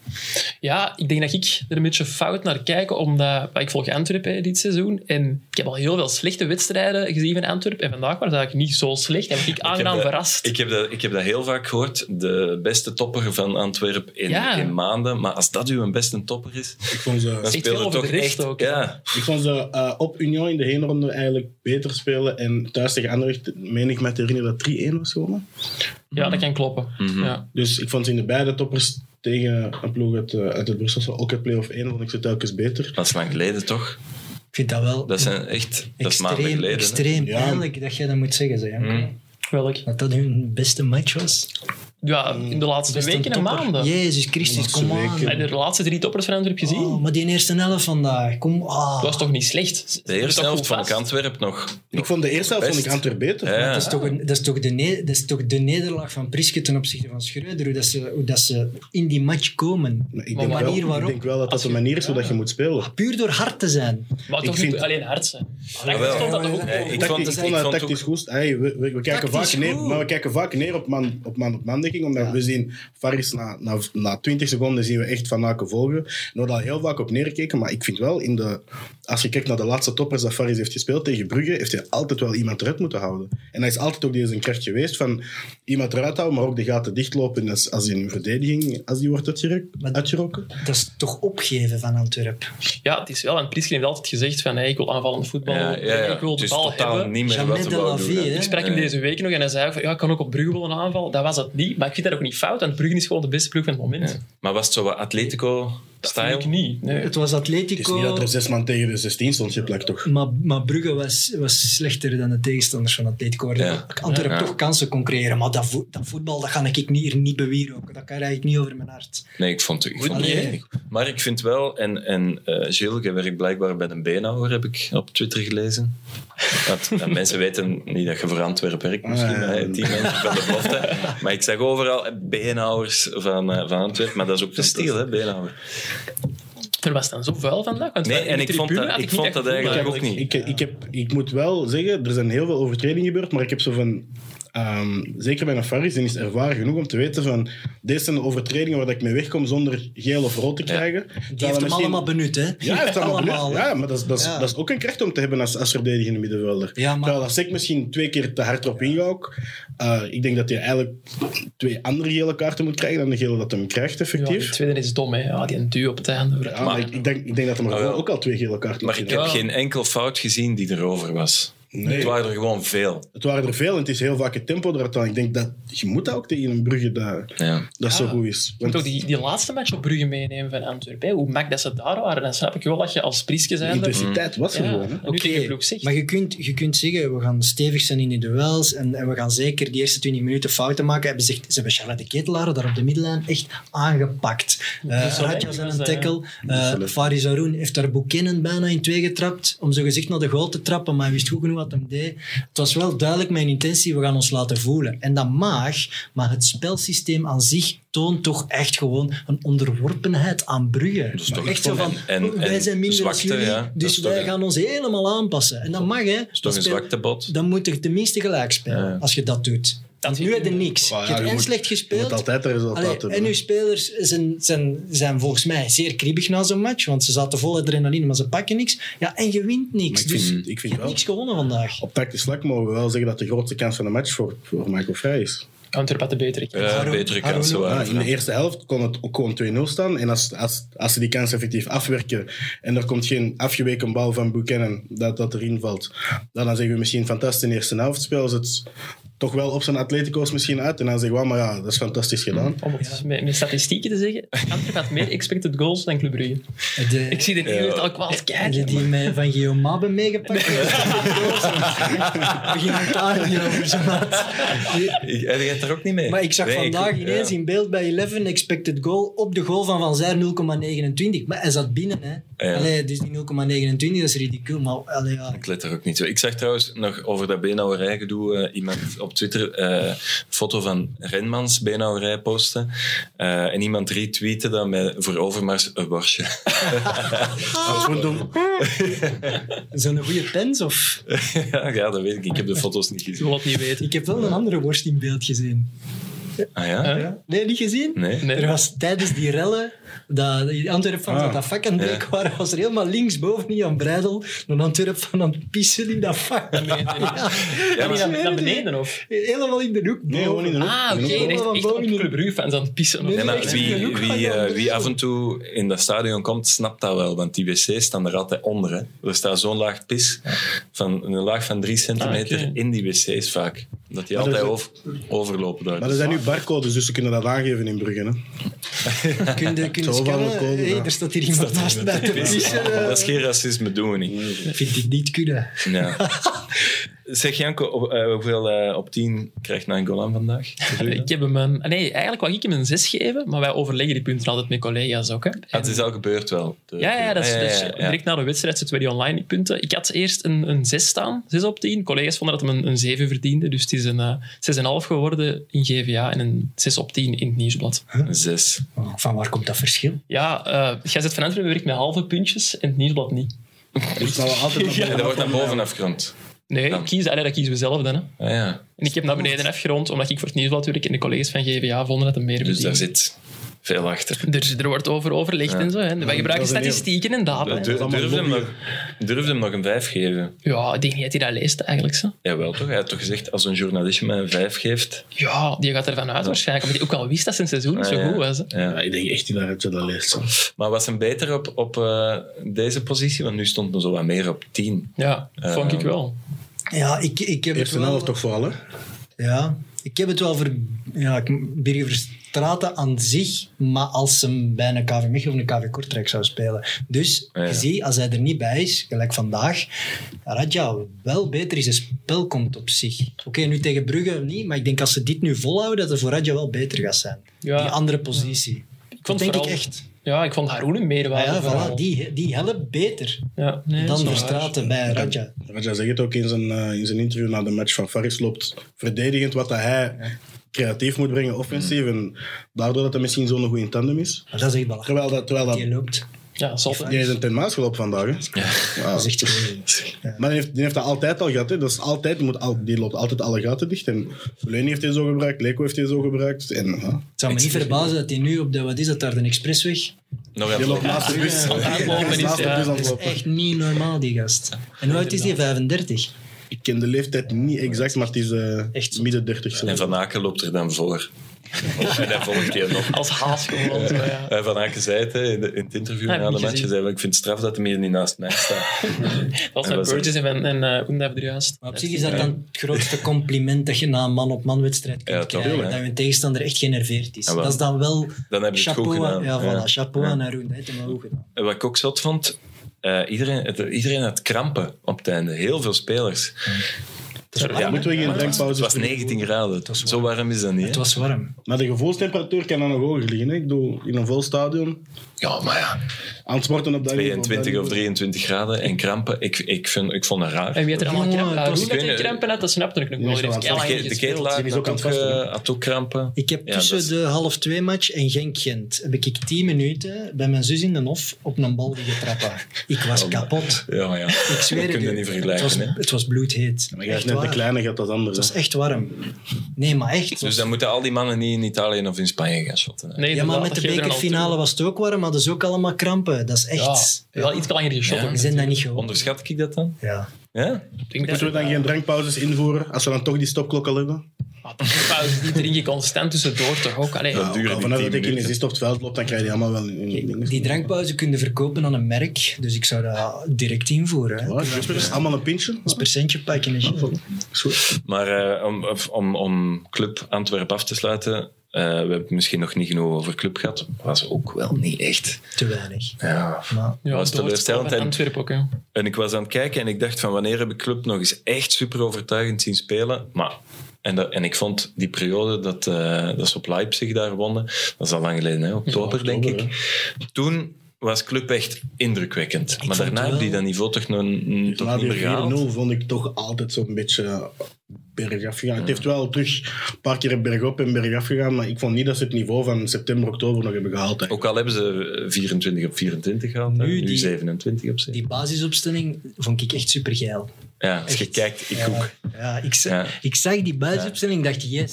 Ja, ik denk dat ik er een beetje fout naar kijk, omdat ik volg Antwerpen dit seizoen en ik heb al heel veel slechte wedstrijden gezien van Antwerpen en vandaag was het eigenlijk niet zo slecht en was ik aangenaam ik verrast. Ik heb, dat, ik heb dat heel vaak gehoord, de beste topper van Antwerpen in, Ja. in maanden, maar als dat uw beste topper is, Ik vond ze, dan Zegt speelt veel het over toch de rest echt... ook. Ja. ik vond ze uh, op Union in de heenronde eigenlijk beter spelen en thuis tegen Anderlecht, meen ik me te herinneren dat drie-één was gewonnen. Ja, dat kan kloppen. Mhm. Ja. Dus ik vond ze in de beide toppers tegen een ploeg uit, uh, uit het Brusselse, ook uit play-off één, vond ik ze telkens beter. Dat is lang geleden, toch? Ik vind dat wel Dat zijn echt... Dat is maanden extreem, geleden. hè. extreem Ja. pijnlijk dat jij dat moet zeggen. Zeg. Mm. Welk? Dat dat hun beste match was. Ja, in de laatste Best weken een en topper. maanden. Jezus Christus, Laatste kom aan. weken. Heb je de laatste drie toppers van Antwerpen gezien? Oh, maar die eerste helft vandaag, kom ah. Dat was toch niet slecht? De eerste toch helft goed vond ik vast? Antwerpen nog... Ik vond de eerste helft vond ik best. Antwerp beter. Ja. Dat is, toch een, dat, is toch de ne- dat is toch de nederlaag van Priske ten opzichte van Schreuder, hoe dat ze, hoe dat ze in die match komen. Maar ik, Maar denk manier wel, waarop- ik denk wel dat dat Als de je- manier is hoe ja. dat je moet spelen. Puur door hard te zijn. Maar Ik toch vind- niet alleen hard zijn. Jawel. Dat stond dat toch ook Nee, wel. ik Tactisch- vond- ik ik vond dat vond tactisch ook- goed. Hey, we, we, we kijken Tactisch vaak neer, goed. maar we kijken vaak neer op man op man, op man-dekking, omdat we zien Faris na, na, na twintig seconden zien we echt Van Aken volgen. En we hebben daar heel vaak op neergekeken, maar ik vind wel, in de, als je kijkt naar de laatste toppers dat Faris heeft gespeeld tegen Brugge, heeft hij altijd wel iemand eruit moeten houden. En hij is altijd ook die zijn kracht geweest van iemand eruit houden, maar ook de gaten dichtlopen als, als in verdediging, als die wordt uitgeruk- Maar- uitgerokken. Dat is toch opgeven van Antwerpen. Ja, het is wel. En Priske heeft altijd gezegd van hey, ik wil aanvallend voetbal. Ja, ja, ja. Ik wil Het de is bal totaal hebben. niet meer Jamais wat de we la wouden vie, doen. hè? Ik sprak hem Nee. deze week nog en hij zei ook van ja, ik kan ook op Brugge willen aanvallen. Dat was het niet. Maar ik vind dat ook niet fout, want Brugge is gewoon de beste ploeg van het moment. Ja. Maar was het zo wat Dat Atletico-style? vind ik niet. Nee. Het was Het is Atletico, niet dat er zes man tegen de zestien stond, je plek toch? maar, maar Brugge was, was slechter dan de tegenstanders van Atletico. Waar Ja. Antwerpen Ja. toch kansen kon creëren. Maar dat, vo- dat voetbal, dat ga ik niet, hier niet bewierooken. Dat kan eigenlijk niet over mijn hart. Nee, ik vond het... Ik Goed vond niet, het hè? niet. Maar ik vind wel... En, en uh, Gilles, jij werkt blijkbaar bij de Beenhouwer, heb ik op Twitter gelezen. Want, en mensen weten niet dat je voor Antwerpen werkt, misschien, Ah, ja, ja. hè, tien mensen van de belofte. Maar ik zag overal Beenhouwers van, uh, van Antwerpen. Maar dat is ook de stil, hè, Beenhouwer. Er was dan zo vuil vandaag. Want Nee, in en de ik vond tribune dat- had ik niet vond dat gevoel eigenlijk ook niet. Ik, ik, heb, ik moet wel zeggen, er zijn heel veel overtredingen gebeurd, maar ik heb zo van... Um, zeker bij een Faris, die is ervaren genoeg om te weten van... Deze zijn de overtredingen waar ik mee wegkom zonder geel of rood te krijgen. Die heeft hem allemaal benut, hè? Ja, hij heeft hem allemaal Allemaal, benut. Ja, maar dat is, dat, is, Ja. dat is ook een kracht om te hebben als, als verdedigende middenvelder. Ja, maar- Terwijl als ik misschien twee keer te hard erop inga ook. Uh, ik denk dat hij eigenlijk twee andere gele kaarten moet krijgen dan de gele dat hem krijgt, Ja, die effectief. tweede is dom, hè. Ja, die een duw op het einde. Ja, maar ik, ik, denk, ik denk dat hij maar Ah, wel. ook al twee gele kaarten Maar heeft. ik heb Ja. geen enkel fout gezien die erover was. Nee. Het waren er gewoon veel. Het waren er veel en het is heel vaak het tempo eruit aan. Ik denk dat je moet dat ook tegen een Brugge dat, Ja. dat zo goed is. Je moet Want ook die, die laatste match op Brugge meenemen van Antwerpen. hè. Hoe mak dat ze daar waren, dan snap ik wel dat je als Priske de zijn. intensiteit was er Ja, gewoon. Hè. en nu Oké, tegen de ploeg zegt. maar je kunt, je kunt zeggen, we gaan stevig zijn in de duels en, en we gaan zeker die eerste twintig minuten fouten maken. Hebben ze, ze hebben Charlotte de Ketelaar daar op de middenlijn echt aangepakt. Uh, Soleil Radja zijn was, een eh, tackle. Soleil. Uh, Faris Haroun heeft daar Buchanan bijna in twee getrapt om zo gezegd naar de goal te trappen, maar hij wist goed genoeg wat hem deed. Het was wel duidelijk mijn intentie, we gaan ons laten voelen. En dat mag, maar het spelsysteem aan zich toont toch echt gewoon een onderworpenheid aan Brugge. is toch echt zo een- van, en- wij en zijn minder zwakte, dan jullie, ja. Dat dus is toch wij een- gaan ons helemaal aanpassen. En dat mag, hè. Dat is toch een speel- zwaktebod? Dan moet er tenminste gelijk spelen, Ja. als je dat doet. Want zie nu ik heb je niet. niks. Maar je ja, hebt je en moet- slecht Je gespeeld. moet altijd de resultaten Allee, hebben. en uw spelers zijn, zijn, zijn volgens mij zeer kriebig na zo'n match, want ze zaten vol adrenaline, maar ze pakken niks. Ja, en je wint niks. Maar ik Dus vind, ik je vind hebt wel, niks gewonnen vandaag. op tactisch vlak mogen we wel zeggen dat de grootste kans van de match voor, voor Michael Vrij is. Antwerpen had de betere kant. Ja, Haroun- betere Haroun kansen ook. waren. Ja, in de eerste helft kon het ook gewoon twee nul staan. En als, als, als ze die kans effectief afwerken en er komt geen afgeweken bal van Buchanan dat, dat erin valt, dan, dan zeggen we misschien fantastisch in de eerste helft. Spelen ze het toch wel op zijn Atletico's misschien uit. En dan zeggen we, maar ja, dat is fantastisch gedaan. Om het met, met statistieken te zeggen, Antwerpen had meer expected goals dan Club Brugge. De, Ik zie de Ja. hele tijd al kwaad Heb je kijken. die met Van Guillaume hebben meegepakt? We beginnen het daar niet over, zo maat. Ik, heb je het er ook niet mee? Maar ik zag Nee, vandaag ik- ineens ja. in beeld bij elf expected goal op de goal van Van Zijr nul komma negenentwintig. Maar hij zat binnen, hè. Ja. Allee, dus die nul komma negenentwintig, dat is ridicule. Maar allee, ja. Ik let er ook niet zo. Ik zag trouwens nog over dat beenhouwerij gedoe uh, iemand op Twitter eh, een foto van Renmans beenhouwerij posten. Uh, en iemand retweette dat met voor Overmars een worstje. Als we doen, Zo'n goede pens, of... ja, ja, dat weet ik. Ik heb de foto's niet Ik gezien. wil het niet weten. Ik heb wel een andere worst in beeld gezien. Ah ja? Ja. Nee, niet gezien? Nee. Nee. Er was tijdens die rellen, dat die Antwerp van Ah. dat vak aan het breken Ja. waren, was er helemaal linksboven niet aan Breidel een Antwerp van aan het pissen in dat vak. Ja, Ja, maar maar- naar, naar beneden, of? Helemaal in de hoek. Nee, gewoon in de hoek. Ah, oké. In de hoek. Echt, Van echt op boven in- Club Brugge-fans aan het pissen. of Nee, Ja, zo. maar echt wie, in de hoek wie, van eh, Jan wie af en toe in dat stadion komt, snapt dat wel. Want die wc's staan er altijd onder. Hè. Er staat zo'n laag pis, van, een laag van drie centimeter Ah, oké. in die wc's vaak. Dat die Maar altijd er over, overlopen daar. Maar er zijn nu barcodes, dus ze kunnen dat aangeven in Brugge. Hè. Kun je, kun je Zo van scannen? we komen, Hey, ja. er staat hier iemand naast mij te pissen. eh. Dat is geen racisme, doen we niet. Dat vind ik niet kunnen. Ja. Zeg Janko, op, uh, hoeveel uh, op tien krijgt Nainggolan vandaag? Ik heb hem een... Nee, eigenlijk wou ik hem een zes geven, maar wij overleggen die punten altijd met collega's ook. Hè. Ah, het is al gebeurd wel. De- Ja, ja, dat is, Ah, dus ja, ja. direct na de wedstrijd zetten we die online, die punten. Ik had eerst een, een zes staan, zes op tien. Collega's vonden dat hem een, een zeven verdiende, dus het is een uh, zes komma vijf geworden in G V A en een zes op tien in het Nieuwsblad. Een zes. Oh, van waar komt dat verschil? Ja, uh, Gazet van Antwerpen werkt met halve puntjes en het Nieuwsblad niet. Dus dat we altijd naar Ja, beneden dat wordt naar komen. boven afgerond. Nee, Ja. kiezen, allee, dat kiezen we zelf dan. Hè. Ah, ja. En ik heb naar beneden afgerond, omdat ik voor het Nieuwsblad werk en de collega's van G V A vonden dat hem meer Dus daar verdiende. zit veel achter. Dus er wordt over overlegd Ja. en zo. Hè. Wij gebruiken dat is een heel- statistieken en data. hè. Durf, allemaal durf, hem nog, lobbyen. durf hem nog een vijf geven. Ja, ik denk niet dat hij dat leest eigenlijk. Zo. Jawel toch? Hij had toch gezegd, als een journalist mij een vijf geeft... Ja, die gaat ervan uit waarschijnlijk. Omdat hij ook al wist dat zijn seizoen niet Ah, zo ja. goed was. Hè. Ja. Ja, ik denk echt niet dat je dat leest. Zo. Maar was hem beter op, op uh, deze positie? Want nu stond hij zo wat meer op tien. Ja, vond ik wel. Ja, ik, ik heb het Eerste wel... helft toch vooral, hè? Ja, ik heb het wel voor ja, Birger aan zich, maar als hem bij een K V Mechelen of een K V Kortrijk zou spelen. Dus Ja, ja. je ziet, als hij er niet bij is, gelijk vandaag, Radja wel beter in zijn spel komt op zich. Oké, nu tegen Brugge niet, maar ik denk als ze dit nu volhouden, dat het voor Radja wel beter gaat zijn. Ja. Die andere positie. Ik Dat vond denk vooral- ik echt. Ja, ik vond Haroun een meerwaarde. Ah ja, vooral. voilà, die, die helpt beter Ja, nee, dat dan is waar. Verstraeten bij Radja. Raja zegt het ook in zijn, uh, in zijn interview na de match van Faris, loopt verdedigend wat dat hij creatief moet brengen, offensief. En daardoor dat hij misschien zo'n goede tandem is. Maar dat is echt belachelijk. Terwijl dat... Terwijl dat Die loopt. Ja, zot. hè. jij is een ten Maas gelopen vandaag, hè? Ja. Dat is echt crazy. Maar die heeft, die heeft dat altijd al gehad. Hè. Dat is altijd, die, moet al, die loopt altijd alle gaten dicht. En Leni heeft hij zo gebruikt, Leko heeft hij zo gebruikt. En, ja. Het zou me niet verbazen dat hij nu op de, wat is dat daar, de expressweg, Nog aan Die het loopt lopen. naast de bus. Ja, aan het lopen is, Naast de ja. bus aan dat het is lopen. echt niet normaal, die gast. En hoe oud is die? vijfendertig? Ik ken de leeftijd niet exact, maar het is uh, Echt. midden dertig. En Van Aken loopt er dan voor. En hij volgt je nog. Als haas gewoon. Zo, ja. Eh, Van Aken zei het hè, in, de- in het interview Ah, na heb de ik match. gezien. Hij zei, ik vind het straf dat hij hier niet naast mij staat. Dat En zijn was Burgess en, en uh, Oendaf er juist. Maar op zich is dat dan het grootste compliment dat je na een man-op-man wedstrijd kunt Ja, toch, krijgen. hè. Dat je tegenstander echt generveerd is. Ja, wel. Dat is dan wel Dan heb je het goed chapeau, gedaan. ja, voilà, Ja. chapeau Ja. aan Haroun. Dat heeft hij wel goed gedaan. En wat ik ook zot vond, uh, iedereen, het, iedereen had krampen op het einde. Heel veel spelers. Het was warm, Moeten we hè? geen Het drankpauze was negentien graden. Zo warm is dat niet. Het Hè? was warm. Maar de gevoelstemperatuur kan dan nog hoger liggen. Hè. Ik bedoel, in een vol stadion, Ja, maar ja. aan het sporten op dat niveau, op dat tweeëntwintig of niveau. drieëntwintig graden en krampen. Ik, ik, vind, ik vond het raar. En wie had er allemaal Jongen, krampen? het was- Haroun dat ik hij weet krampen had, dat snapte ik nog Die wel. is Die wel heeft aan het heel lang De, niet de gespeeld. ketelaar Die is ook had aan ook, het vasten, uh, had ook krampen. Ik heb Ja, tussen dat is- de half twee match en Genk-Gent heb ik tien minuten bij mijn zus in de hof op een bal liggen trappen. Ik was kapot. Ja, maar ja. Ik zweer Dat het kun je u. niet Het vergelijken. was, hè. het was bloedheet. Maar jij is Echt net de waar. kleine, gaat dat anders. Het was hè. echt warm. Nee, maar echt. het Dus was- dan moeten al die mannen niet in Italië of in Spanje gaan shotten. hè. Nee, Ja, maar inderdaad, met de dat geeft er een bekerfinale was het ook warm, hadden ze ook allemaal krampen. Dat is Ja, echt... wel iets langer geschot. Ja. We zijn dat niet gewoon. Onderschat ik dat dan? Ja. Ja? Ik denk Moeten we dan geen drankpauzes invoeren, als we dan toch die stopklok al hebben? pauze die drink je constant tussendoor toch ook. Allee, Dat duurt Ja, niet vanaf tien dat ik in minuten. een op het veld loop, dan krijg je die allemaal wel in in dingen. Die drankpauze kun je verkopen aan een merk, dus ik zou dat direct invoeren. Hè. Ja, dus allemaal een pintje. Als percentje pakken. Hè. Is goed. Maar uh, om, om, om Club Antwerpen af te sluiten, uh, we hebben misschien nog niet genoeg over Club gehad. Was ook wel niet echt. Te weinig. Ja. Maar ja, was teleurstellend. En En, Antwerpen ook. Hè. en ik was aan het kijken en ik dacht van wanneer heb ik Club nog eens echt super overtuigend zien spelen. Maar, en, dat, en ik vond die periode dat, uh, dat ze op Leipzig daar wonnen, dat is al lang geleden, hè? oktober, Ja, denk oktober, ik. Toen was Club echt indrukwekkend. Maar vond daarna wel- heb die dat niveau toch, nog, n- toch Na niet die meer vier gehaald. nul vond ik toch altijd zo'n beetje bergaf gegaan. Het heeft wel terug een paar keer bergop en bergaf gegaan, maar ik vond niet dat ze het niveau van september, oktober nog hebben gehaald. hè. Ook al hebben ze vierentwintig op vierentwintig gehaald, hè. Nu nu die- zevenentwintig op zevenentwintig. die basisopstelling vond ik echt supergeil. Ja, als je Echt. kijkt, ik Ja, ook. ja, ik, za- Ja. ik zag die basisopstelling en dacht, yes.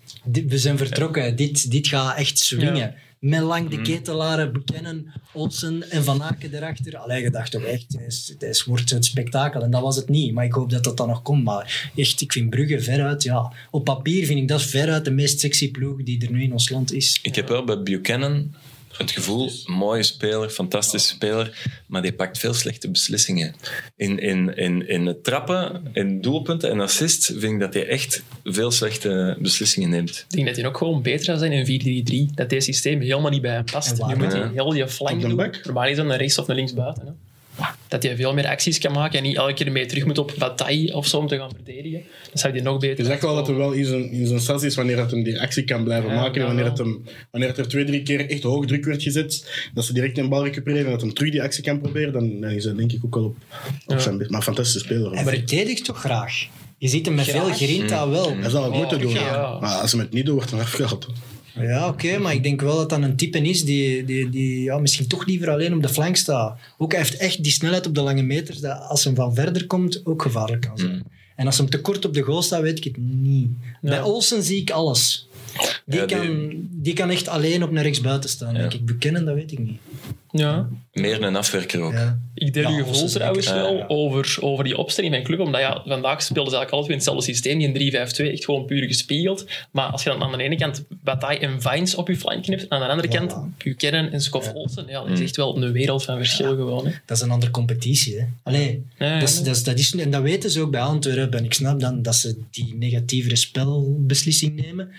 We zijn vertrokken. Dit, dit gaat echt swingen. Ja. Met lang de Mm. ketelaren bekennen, Olsen en Van Aken erachter. Allee, je dacht toch echt, het, is, het is, wordt het spektakel. En dat was het niet. Maar ik hoop dat dat dan nog komt. Maar echt, ik vind Brugge veruit, ja. Op papier vind ik dat veruit de meest sexy ploeg die er nu in ons land is. Ik heb wel bij Buchanan het gevoel, mooie speler, fantastische speler, maar die pakt veel slechte beslissingen. In, in, in, in het trappen, in doelpunten en assists vind ik dat hij echt veel slechte beslissingen neemt. Ik denk dat hij ook gewoon beter zou zijn in vier drie drie. Dat dit systeem helemaal niet bij hem past. Nu moet hij heel die flank doen. Normaal is dat een rechts of een linksbuiten. Hè. Dat hij veel meer acties kan maken en niet elke keer mee terug moet op bataille of zo om te gaan verdedigen. Dan zou hij nog beter... Je zegt wel dat er wel in zijn, in zijn sens is wanneer dat hem die actie kan blijven ja, maken. Ja, wanneer, het hem, wanneer het er twee, drie keer echt hoog druk werd gezet, dat ze direct een bal recupereren en dat hem terug die actie kan proberen, dan, dan is hij denk ik ook wel op, op ja. zijn best. Maar een fantastische speler. Hij verdedigt toch graag? Je ziet hem met graag. veel grinta mm. wel. Hij zou het oh, moeten doen. Ja. Maar als hij het niet doet, wordt hij afgehaald. Ja, oké, okay, maar ik denk wel dat dat een type is die, die, die ja, misschien toch liever alleen op de flank staat. Ook hij heeft echt die snelheid op de lange meters, dat als hij van verder komt, ook gevaarlijk kan zijn. Mm. En als hij te kort op de goal staat, weet ik het niet. Ja. Bij Olsen zie ik alles. Die, ja, die... Kan, die kan echt alleen op een rechtsbuiten staan. Ja. Denk ik. Bekennen, dat weet ik niet. Ja. Meer een afwerker ook. Ja. Ik deel ja, je gevoel trouwens ja, wel ja. Over, over die opstelling van club, omdat ja, vandaag speelden ze eigenlijk altijd in hetzelfde systeem, die drie vijf twee, echt gewoon puur gespiegeld. Maar als je dan aan de ene kant Bataille en Vines op je flank knipt, en aan de andere ja. kant Buchanan en Scoff Olsen, ja, dat is echt wel een wereld van verschil ja. gewoon. Hè. Dat is een andere competitie. Hè. Allee, ja, ja, dat is, dat is, dat is, en dat weten ze ook bij Antwerpen. En ik snap dan dat ze die negatievere spelbeslissing nemen.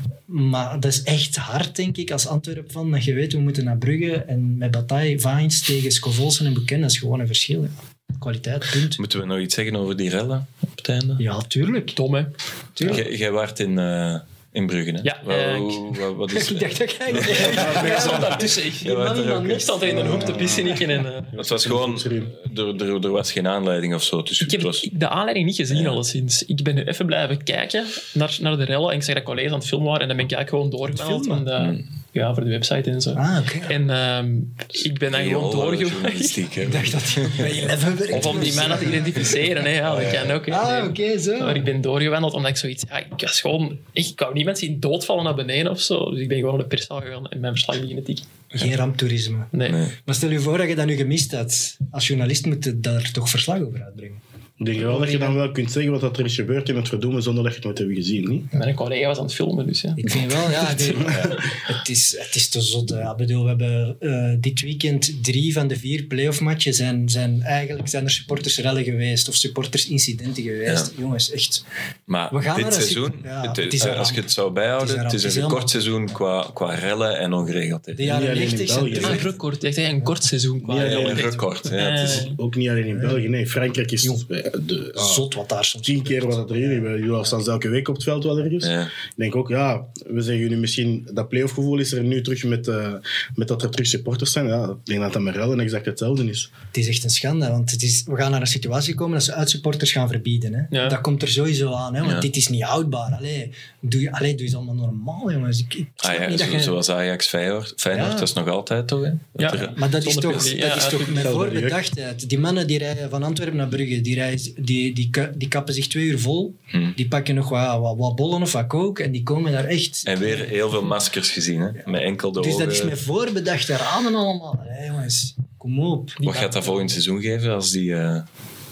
Maar dat is echt hard, denk ik, als Antwerpen-fan, dat je weet, we moeten naar Brugge en met Bataille, Vines tegen Scoff Olsen en Buchanan, dat is gewoon een verschil. Ja. Kwaliteit, punt. Moeten we nog iets zeggen over die rellen op het einde? Ja, tuurlijk. Tom, hè. Tuurlijk. Jij waart in... Uh... In Brugge, hè? Ja, wat, wat, wat is... ik dacht dat jij... Ik zat daartussen. Ik stond in een hoek te pissen. En, uh... Het was gewoon... Er, er, er was geen aanleiding of zo. Dus ik heb was... de aanleiding niet gezien, ja. alleszins. Ik ben nu even blijven kijken naar, naar de rellen. En ik zag dat collega's aan het filmen waren. En dan ben ik eigenlijk gewoon doorgewandeld. En, uh, hmm. Ja, voor de website en zo. Ah, oké. Okay. En um, ik ben dan hey, gewoon doorgewandeld. Ik dacht dat je bij Eleven werkt. Of om die mannen te identificeren. Hè. Ja, dat kan ook. Hè. Ah, oké, okay, zo. Maar ik ben doorgewandeld omdat ik zoiets... Ja, ik was gewoon... Ik wou niemand zien doodvallen naar beneden of zo. Dus ik ben gewoon naar de perszaal gegaan en mijn verslag beginnen tikken. Geen ramptoerisme. Nee. nee. Maar stel je voor dat je dat nu gemist had. Als journalist moet je daar toch verslag over uitbrengen. Ik denk wel dat je dan wel kunt zeggen wat er is gebeurd in het verdoemen zonder dat je het nooit hebt gezien. Niet? Mijn collega was aan het filmen, dus ja. Ik vind wel, ja, de, het, is, het is te zot. Ja. Ik bedoel, we hebben uh, dit weekend drie van de vier playoff matchen zijn, zijn eigenlijk zijn er supportersrellen geweest of supportersincidenten geweest. Ja. Jongens, echt. Maar we gaan dit seizoen, ja, het, het is als je het zou bijhouden, het is een, het is een kort seizoen qua, qua rellen en ongeregeldheid. De jaren negentig zijn een record. Ik zeg een kort seizoen qua rellen. Een record. Ja, het is ook niet alleen in België. Nee, Frankrijk is... De, ah, zot wat daar soms tien keer wat dat er hier is. Jullie staan elke week op het veld wel ergens. Ja. Ik denk ook, ja, we zeggen jullie misschien, dat play-off gevoel is er nu terug met, uh, met dat er terug supporters zijn. Ja, ik denk dat dat met rellen exact hetzelfde is. Het is echt een schande, want het is, we gaan naar een situatie komen dat ze uitsupporters gaan verbieden. Hè. Ja. Dat komt er sowieso aan, hè, want ja. dit is niet houdbaar. Allee, doe je, allee, doe je het allemaal normaal, jongens. Ik, ik ah, ja, zo, je... Zoals Ajax Feyenoord, Feyenoord ja. dat is nog altijd toch? Hè? Ja. Er, maar dat is toch, dat ja, is toch met voorbedachtheid. Die mannen die rijden van Antwerpen naar Brugge, die, rijden, die, die, die kappen zich twee uur vol, hmm. die pakken nog wat, wat, wat bollen of wat kook en die komen daar echt... En weer heel veel maskers gezien, hè? Ja. Met enkel de Dus ogen. dat is met voorbedachte ramen allemaal. Allee, jongens, kom op. Wat gaat dat volgend seizoen geven als die uh,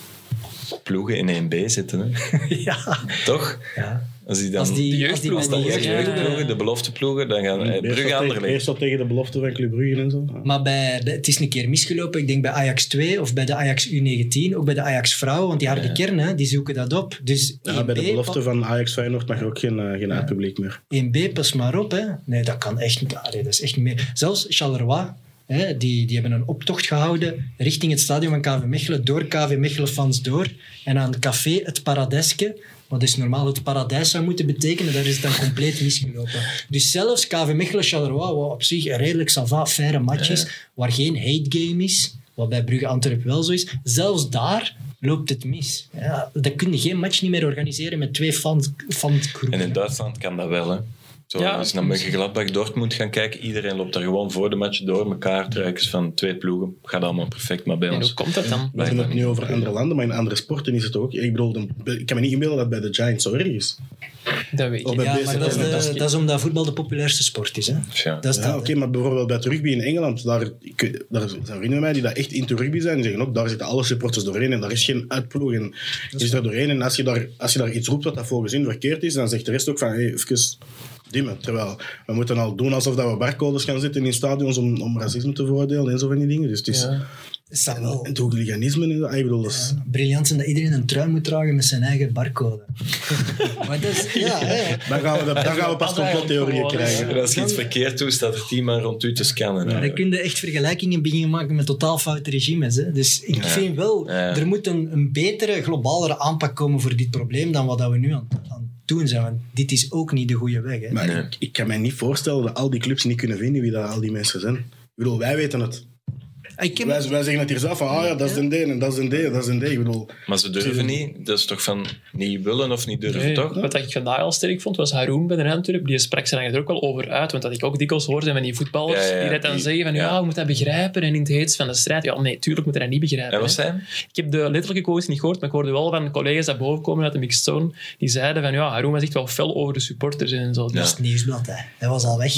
ploegen in één B zitten? Hè? Ja. Toch? Ja. Als die dan als die, de jeugdploegen, de jeugdploegen, de belofteploegen, dan gaan eh, Brugge aanleggen. Eerst al tegen de belofte van Club Brugge en zo. Ja. Maar bij, bij, het is een keer misgelopen. Ik denk bij Ajax twee of bij de Ajax U negentien, ook bij de Ajax vrouwen, want die harde ja. kern, hè, die zoeken dat op. Dus ja, bij de belofte van Ajax Feyenoord mag je ook geen, uh, geen ja. uitpubliek meer. één B, pas maar op. Hè. Nee, dat kan echt niet. Allee, dat is echt niet meer. Zelfs Charleroi, hè, die, die hebben een optocht gehouden richting het stadion van K V Mechelen, door K V Mechelen-fans door, en aan het café Het Paradijsje, wat dus normaal het paradijs zou moeten betekenen, daar is het dan compleet misgelopen. Dus zelfs K V Mechelen-Charleroi, wat op zich een redelijk sava, faire match is, ja. waar geen hate game is, wat bij Brugge-Antwerpen wel zo is, zelfs daar loopt het mis. Ja, dan kun je geen match niet meer organiseren met twee fan, fangroepen. En in Duitsland kan dat wel, hè? Zo, Ja, als je naar Mönchengladbach Dortmund gaan kijken, iedereen loopt daar gewoon voor de match door, elkaar, truikens van twee ploegen. Gaat allemaal perfect, maar bij En ons... hoe komt dat dan? We hebben het nu over andere landen, maar in andere sporten is het ook. Ik bedoel, de- ik kan me niet inbeelden dat bij de Giants zo erg is. Dat weet Of je. bij Ja, B C maar dat is, L. de, dat is omdat voetbal de populairste sport is. Hè? Ja. Dat is Ja, dat, oké, maar bijvoorbeeld bij het rugby in Engeland, daar, ik, weet- daar zijn vrienden van mij die dat echt into rugby zijn, die zeggen ook, daar zitten alle supporters doorheen en daar is geen uitploeg. En je zit er doorheen en als je daar, als je daar iets roept wat dat volgens hen verkeerd is, dan zegt de rest ook van, hey, even dimmen. Terwijl we moeten al doen alsof dat we barcodes gaan zitten in stadions om, om racisme te veroordelen en zo van die dingen. Dus het is... Ja. is dat wel En het hooliganisme, en dat, ik bedoel, dat is... briljant zijn dat iedereen een trui moet dragen met zijn eigen barcode. maar dat is... Ja, hè. Dan gaan we, dan gaan we pas complottheorieën krijgen. En als je iets verkeerd doet, staat er tien man rond u te scannen. Maar dan kun je echt vergelijkingen beginnen maken met totaal foute regimes. Hè. Dus ik vind wel, Ja. er moet een, een betere, globalere aanpak komen voor dit probleem dan wat dat we nu aan, aan het doen zijn. Want dit is ook niet de goede weg. Hè. Maar Nee. ik, ik kan me niet voorstellen dat al die clubs niet kunnen vinden wie dat al die mensen zijn. Ik bedoel, wij weten het. Ik heb, Wij, wij zeggen het hier zelf van, ah ja, dat is een D en dat is een D en dat is een D. Ik bedoel, Maar ze durven niet. Dat is toch van niet willen of niet durven, Nee, toch? wat ik vandaag al sterk vond, was Haroun bij de Antwerp. Die sprak zich er ook wel over uit. Want dat ik ook dikwijls hoorde van die voetballers Ja, ja, ja. die dat dan Die- zeggen van ja, ja. je moet dat begrijpen en in het heetst van de strijd. Ja, nee, tuurlijk moet je dat niet begrijpen. En wat hè. zei hij? Ik heb de letterlijke quotes niet gehoord, maar ik hoorde wel van collega's dat bovenkomen uit de mixed zone. Die zeiden van ja, Haroun was echt wel fel over de supporters en zo. Ja. dat is het nieuwsblad. Hè. Hij was al weg.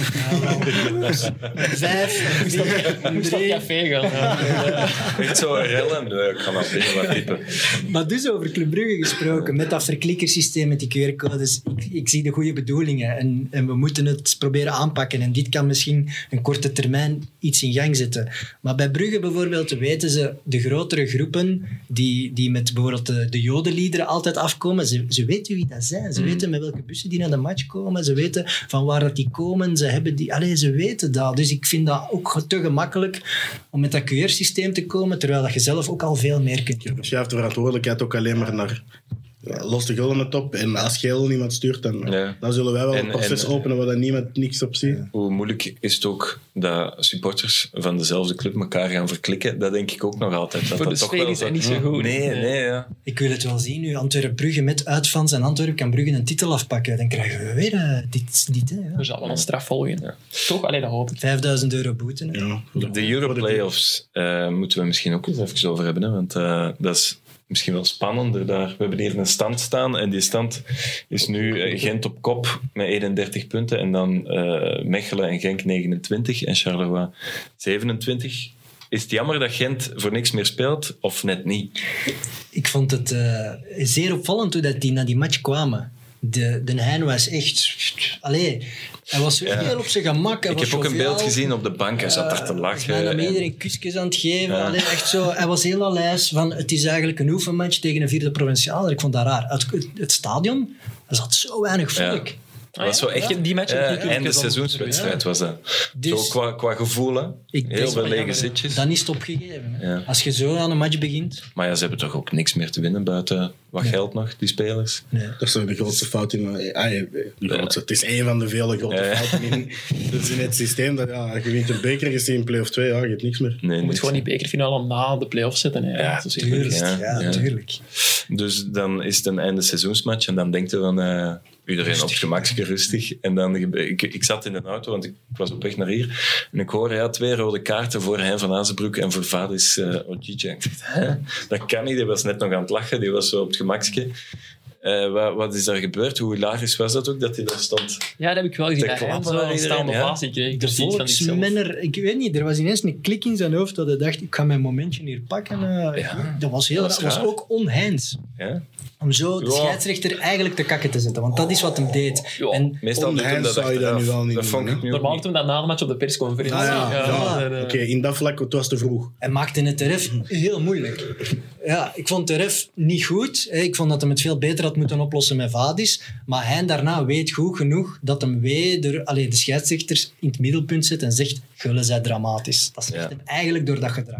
Vijf, vier, Moest naar drie. het café gaan. Ja. Echt zo rellen? Nee, ik ga maar binnen wat typen. Maar dus over Club Brugge gesproken, met dat verklikkersysteem, met die Q R-codes, ik, ik zie de goede bedoelingen en, en we moeten het proberen aanpakken. En dit kan misschien een korte termijn iets in gang zetten. Maar bij Brugge bijvoorbeeld weten ze de grotere groepen die, die met bijvoorbeeld de, de jodenliederen altijd afkomen, ze, ze weten wie dat zijn. Ze Mm. weten met welke bussen die naar de match komen. Ze weten van waar dat die komen. Ze, hebben die, allez, ze weten dat. Dus ik vind dat ook te gemakkelijk om met dat Q R-systeem te komen, terwijl dat je zelf ook al veel meer kunt doen. je schuift de verantwoordelijkheid ook alleen maar naar... Ja, los de gulden het op en als geel niemand stuurt, dan, Ja. dan zullen wij wel En- een proces en- openen waar dan niemand niks op ziet. Hoe moeilijk is het ook dat supporters van dezelfde club elkaar gaan verklikken? Dat denk ik ook nog altijd. Dat Voor de dat toch sfeer wel is dat zo- niet zo goed. Nee, nee, ja. Ik wil het wel zien nu. Antwerpen-Brugge met uitfans en Antwerpen kan Brugge een titel afpakken. Dan krijgen we weer uh, dit, dit hè, ja. Er zal wel een straf volgen. Ja. Toch? Alleen dat hoop ik. vijfduizend euro boete. Hè. Ja, De Europlayoffs uh, moeten we misschien ook eens even over hebben. Hè? Want uh, dat is misschien wel spannender daar. We hebben hier een stand staan en die stand is nu uh, Gent op kop met eenendertig punten en dan uh, Mechelen en Genk negenentwintig en Charleroi zevenentwintig. Is het jammer dat Gent voor niks meer speelt of net niet? Ik vond het uh, zeer opvallend hoe dat die naar die match kwamen. De, de Hein was echt... Allee, hij was zo Ja. heel op zijn gemak. Hij Ik was heb ook een joviaal. beeld gezien op de bank. Hij zat daar te Hij lachen. was bijna en- iedereen kusjes aan het geven. Ja. Allee, echt zo, hij was heel alijs van het is eigenlijk een oefenmatch tegen een vierde provincialer. Ik vond dat raar. Het, het, het stadion, er zat zo weinig volk. Ja. Dat was zo echt Ja, die match heb ik ja, niet kunnen einde gezien. seizoenswedstrijd was dat. Dus- zo qua, qua gevoel, hè. Ik Heel denk veel wel lege jammer, hè. zitjes. Dan is het opgegeven. Hè. Ja. Als je zo aan een match begint... Maar ja, ze hebben toch ook niks meer te winnen buiten wat Nee. geld nog, die spelers. Nee. Dat is toch de grootste fout in... Ah, ja, de grootste, het is één van de vele grote Ja, ja. fouten in, dus in het systeem. Dat, ja, je wint een beker, je ziet in play-off twee, ja, je hebt niks meer. Nee, Je moet niks. gewoon die bekerfinale na de play-off zetten. Hè. Ja, Dat is Tuurlijk, Ja, ja, ja. tuurlijk. Dus dan is het een einde seizoensmatch en dan denkt je van... eh, iedereen op het gemakje rustig. En dan, gebe- ik, ik zat in de auto, want ik, ik was op weg naar hier. En ik hoorde ja, twee rode kaarten voor Hein van Azenbroek en voor Vadis uh, Ojije. Ik dacht, hè? Dat kan niet. Die was net nog aan het lachen. Die was zo op het gemakje. Uh, wat, wat is daar gebeurd? Hoe hilarisch was dat ook, dat hij daar stond? Ja, dat heb ik wel gezien. Te Dat hij klappen zo naar een iedereen, staande ja. ovatie kreeg. De Precies van zichzelf. volksmenner, ik weet niet, er was ineens een klik in zijn hoofd dat hij dacht, ik ga mijn momentje hier pakken. Uh, Ja, dat was heel dat is raar. Dat was raar. ook onheins. Ja? Om zo de Ja. scheidsrechter eigenlijk te kakken te zetten, want dat is wat hem deed. Ja. En Meestal doet hem Onheins dat zou je dat achteraf. nu wel niet Dat vond doen, ik nu ook Normaal niet. doen we dat na de match op de persconferentie. Ah, ja, ja. en, eh, Oké, in dat vlak, het was te vroeg. hij maakte het de ref heel moeilijk. Ja, ik vond de ref niet goed. Ik vond dat hij het veel beter had moeten oplossen met Vadis. Maar hij daarna weet goed genoeg dat hem weer allee, de scheidsrechters in het middelpunt zet en zegt, Gullen zij dramatisch. Dat zegt Ja. hem eigenlijk door dat gedrag.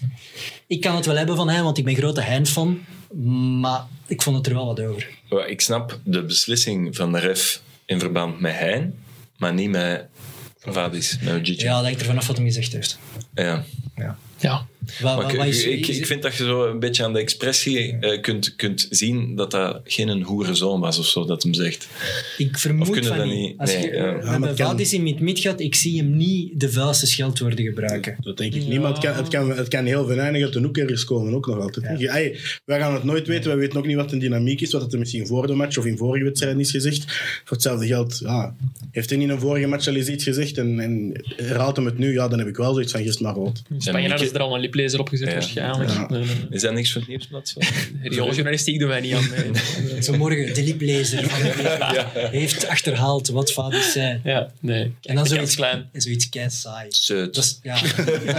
Ik kan het wel hebben van hij, want ik ben grote Hein-fan. Maar ik vond het er wel wat over. Ja, ik snap de beslissing van de ref in verband met Hein, maar niet met Vadis, met Ojije. Ja, dat hangt er vanaf wat hij gezegd heeft. Ja. Ja. ja. Wat, wat, wat is, ik, ik vind dat je zo een beetje aan de expressie uh, kunt, kunt zien dat dat geen een hoerenzoon was of zo, dat hem zegt. Ik vermoed of van dat niet. niet? Als nee, je, ja. uh, ja, mijn vader is in het mid gaat, ik zie hem niet de vuilste scheldwoorden gebruiken. Dat denk ik niet, maar het kan, het kan, het kan heel venijnig uit de hoek ergens komen, ook nog altijd. Ja. Hey, wij gaan het nooit weten, wij weten ook niet wat de dynamiek is, wat er misschien voor de match of in vorige wedstrijden is gezegd. Voor hetzelfde geld, ja, heeft hij in een vorige match al eens iets gezegd en, en herhaalt hem het nu, ja, dan heb ik wel zoiets van gist maar rood. In Spanje hadden ze er al een liplezer op gezet, ja. waarschijnlijk. Ja. Nee, nee. Is dat niks voor het nieuwsblad? Riooljournalistiek doen wij niet aan. Nee. Zo morgen, de liplezer van de ja. heeft achterhaald wat vader zei. Ja, nee. En dan zoiets klein. En zoiets kei saai. Zeut. Dat is, ja,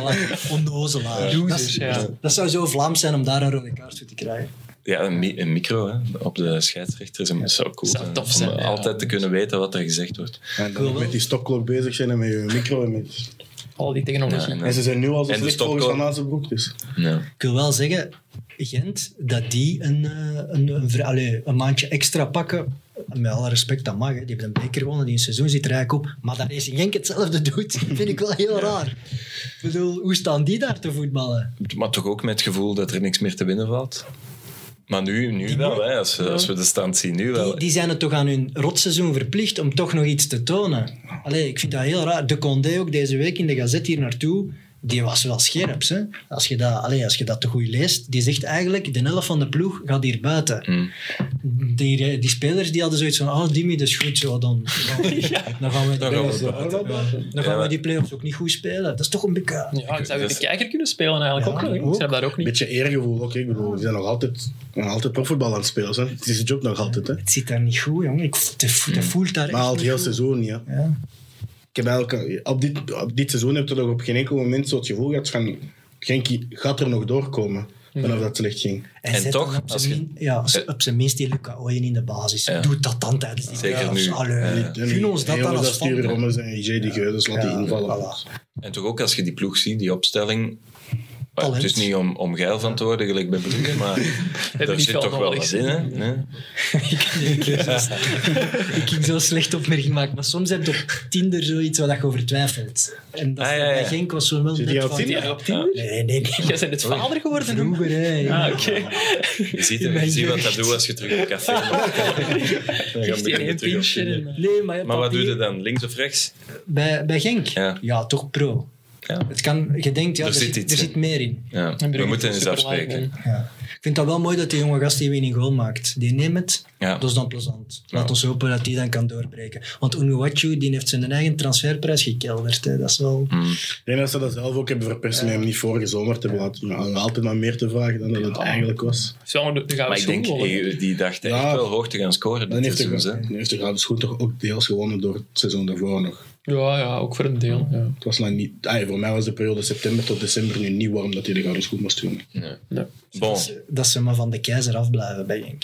onnozelaar. Ja. Dat, ja. dat zou zo Vlaams zijn om daar een rode kaart voor te krijgen. Ja, een, mi- een micro hè, op de scheidsrechter is een, zo cool. Zou tof zijn, zijn, om ja. altijd te kunnen weten wat er gezegd wordt. En dan cool, met die stopklok bezig zijn en met je micro en met... Al die technologie. Ja, en ze zijn nu al zo en slecht volgens Van Azenbroek, dus... Ja. Ik wil wel zeggen, Gent, dat die een, een, een, een, allez, een maandje extra pakken, met alle respect, dat mag. Hè. Die hebben een beker gewonnen, die een seizoen zit er eigenlijk op. Maar dat Racing Genk hetzelfde doet, vind ik wel heel raar. Ik bedoel, hoe staan die daar te voetballen? Maar toch ook met het gevoel dat er niks meer te winnen valt? Maar nu, nu wel, hè, als, we, als we de stand zien. Nu wel. Die, die zijn het toch aan hun rotseizoen verplicht om toch nog iets te tonen. Allee, ik vind dat heel raar. De Condé ook deze week in de Gazet hier naartoe, die was wel scherp. Hè? Als, je dat, allee, als je dat te goed leest, die zegt eigenlijk, de helft van de ploeg gaat hier buiten. Mm. Die, die spelers die hadden zoiets van, oh Dimi, dat is goed zo, dan, dan, Ja. dan gaan we die, Dan gaan we play-offs- buiten. ja, dan gaan Ja. we die play-offs ook niet goed spelen. Dat is toch een beetje... Ja, ik zou je Dus- de kijker kunnen spelen eigenlijk Ja, ook nog. hè. ook. Ik snap dat ook Een niet. beetje eergevoel ook. Hè. Ik bedoel, die zijn nog altijd, nog altijd profvoetbal aan het spelen. Hè. Het is de job nog altijd. Hè. Het zit daar niet goed, jongen. Ik, het, het voelt daar Maar al echt het niet heel goed. seizoen niet. Hè. Ja. Ik heb eigenlijk, op, dit, op dit seizoen heb je toch op geen enkel moment zo het gevoel gehad van Genk gaat er nog doorkomen vanaf dat slecht ging. En zet toch, dan op als zijn je- min- ja, als- op zijn minst die Luca Ooyen in de basis. Ja. Doet dat dan tijdens die Zeker playoffs. nu. Allee, Ja. gun ons dat En dan jongens, als sturen fan. Rommels en I J die Geudes, laat die Ja, invallen. voilà. En toch ook als je die ploeg ziet, die opstelling... Talent. Het is niet om, om geil van te worden, gelijk bij Brugge, maar Hebben er niet zit veel toch wel nodig. wat in. Hè? Nee? ik, ging zo, ik ging zo slecht opmerking maken, maar soms heb je op Tinder zoiets waar je over twijfelt. En dat Ah, ja, ja. bij Genk was zo wel Zit net die op van- Tinder? Ja, op Tinder? Nee, nee, nee. Jij bent het vader geworden. hè? Vroeger, hè. Ah, oké. Je ziet, In je mijn ziet wat dat jeugd. doet als je terug op café moet. Dan Geeft hij begin je één terug op pintje Tinder. en- Nee, maar, Maar wat papier- doe je dan? Links of rechts? Bij, bij Genk? Ja. toch pro. Ja. Het kan, je denkt, ja, Er er, zit zit, iets er in. zit meer in. Ja. En Brugge We moeten is eens superlaag, afspreken. hè. Ja. Ik vind dat wel mooi dat die jonge gast die we in goal maakt, die neemt het. Ja. Dat is dan plezant. Laat Ja. ons hopen dat die dan kan doorbreken. Want Unuwachu, die heeft zijn eigen transferprijs gekelderd. Hè. Dat is wel... Mm. Ik denk dat ze dat zelf ook hebben verpest met hem niet vorige zomer te laten. Maar altijd maar meer te vragen dan dat het eigenlijk was. Zo, de, de Maar ik denk, hey, die dacht echt Ja. wel hoog te gaan scoren Dan dit heeft de, seizoen. hè. dan heeft de Gouden Schoen toch ook deels gewonnen door het seizoen daarvoor nog. Ja, ja, ook voor een deel. Ja. Het was nou niet, ah, voor mij was de periode september tot december nu niet warm dat hij de Gouden Schoen moest doen. Nee. Nee. Bon, Dat, ze, dat ze maar van de keizer afblijven bij Genk.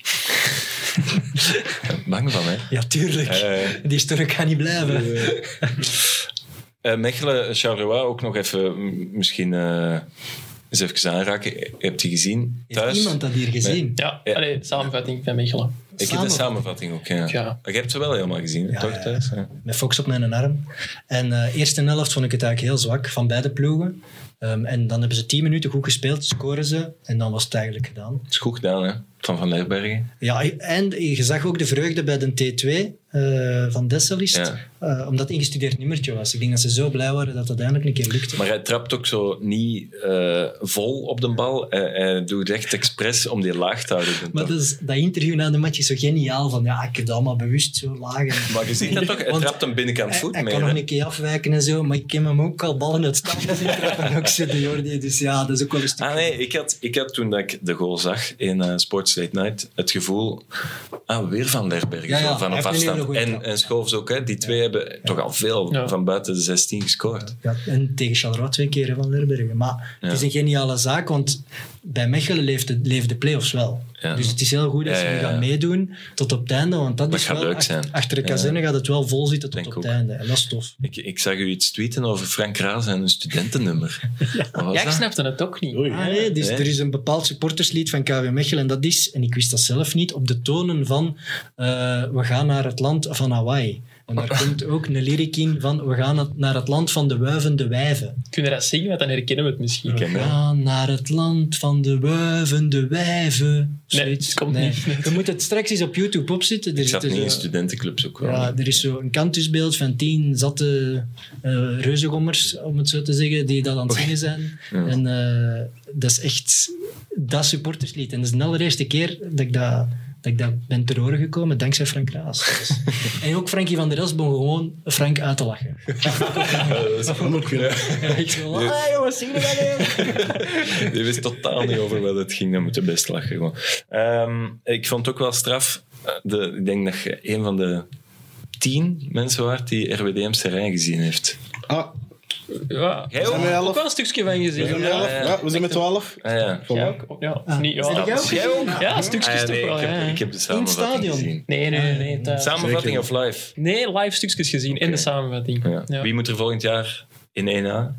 bang van, hè. Ja, tuurlijk. Eh. Die stork kan niet blijven. Uh, Mechelen, Charleroi, ook nog even m- misschien uh, eens even aanraken. Je hebt die gezien Heeft thuis. iemand dat hier gezien? Ja, Ja. Allee, samenvatting van Mechelen. Ik heb de samenvatting ook, ja. Ja. Je hebt ze wel helemaal gezien, hè, Ja, toch ja. thuis? Ja. Met Fox op mijn arm. En uh, eerste helft vond ik het eigenlijk heel zwak van beide ploegen. Um, en dan hebben ze tien minuten goed gespeeld, scoren ze en dan was het eigenlijk gedaan. Het is goed gedaan, hè, van Van Leerbergen. Ja, en je zag ook de vreugde bij de T twee uh, van Desselist, Ja. uh, omdat het ingestudeerd nummertje was. Ik denk dat ze zo blij waren dat dat eindelijk een keer lukte. Maar hij trapt ook zo niet uh, vol op de bal. Hij, hij doet echt expres om die laag te houden. Maar dat, is, dat interview na de match is zo geniaal. Van, ja, ik heb dat allemaal bewust zo laag. En, Maar je ziet dat toch? Hij Want trapt hem binnenkant hij, voet hij mee. kan nog hè. een keer afwijken en zo, maar ik heb hem ook al ballen uit stand zien trappen. Ook zo de Jordi. Dus ja, dat is ook wel een stuk. Ah nee, ik had, ik had toen dat ik de goal zag in uh, Sports Late Night het gevoel, ah, weer Van Leerbergen, Ja, ja, zo, van hij op heeft een hele afstand. goeie En, trap. en Schoofs ook, hè. Die twee hebben toch al veel Ja. van buiten de zestien gescoord. Ja, en tegen Charleroi twee keer hè, van Lerbergen. Maar Ja. het is een geniale zaak, want bij Mechelen leeft de, leven de play-offs wel. Ja. Dus het is heel goed dat ze ja, ja, ja. nu gaan meedoen tot op het einde, want dat, Dat is gaat wel, leuk achter, zijn. achter de kazerne ja. gaat het wel vol zitten tot Denk op het ook. einde. En dat is tof. Ik, ik zag u iets tweeten over Frank Raas en een studentennummer. ja. Ja, ik snapte het ook niet. Oei. Ah, nee, dus Nee. er is een bepaald supporterslied van K V Mechelen en dat is, en ik wist dat zelf niet, op de tonen van uh, we gaan naar het land van Hawaii. En daar komt ook een lyric in van we gaan naar het land van de wuivende wijven. Kun je dat zingen, want dan herkennen we het misschien. We gaan naar het land van de wuivende wijven. Nee, het komt nee. niet. Je moet het straks eens op YouTube opzetten. Ik zat niet in studentenclubs ook wel. Ja, er is zo een kantusbeeld van tien zatte uh, reuzengommers, om het zo te zeggen, die dat aan het zingen zijn. Ja. En uh, dat is echt dat supporterslied. En dat is de allereerste keer dat ik dat... dat ik dat ben ter oren gekomen dankzij Frank Raas. Dus. En ook Frankie van der Els begon gewoon Frank uit te lachen. Dat kan ook kunnen. Ja, ik zo, ah jongens, zing er dan even. Die wist totaal niet over wat het ging. Dan moet je best lachen. Gewoon. Um, ik vond het ook wel straf. De, ik denk dat je een van de tien mensen waart die R W D M Serijn gezien heeft. Ah, Ja, Jij zijn we ook elf? wel een stukje van gezien. We zijn Ja, met elf. ja. Ja, we zijn met twaalf. Ah, ja. Jij ook? Ja, of Ah, niet? Ja, zijn jij ook Jij ook? Ja, een stukje Ah, ja, toch nee, wel. ik, heb, ja. ik heb de het samenvatting stadion? gezien. Nee, nee, nee. thuis. Samenvatting of live? Nee, live stukjes gezien in de samenvatting. Ja. Ja. Wie moet er volgend jaar in één A?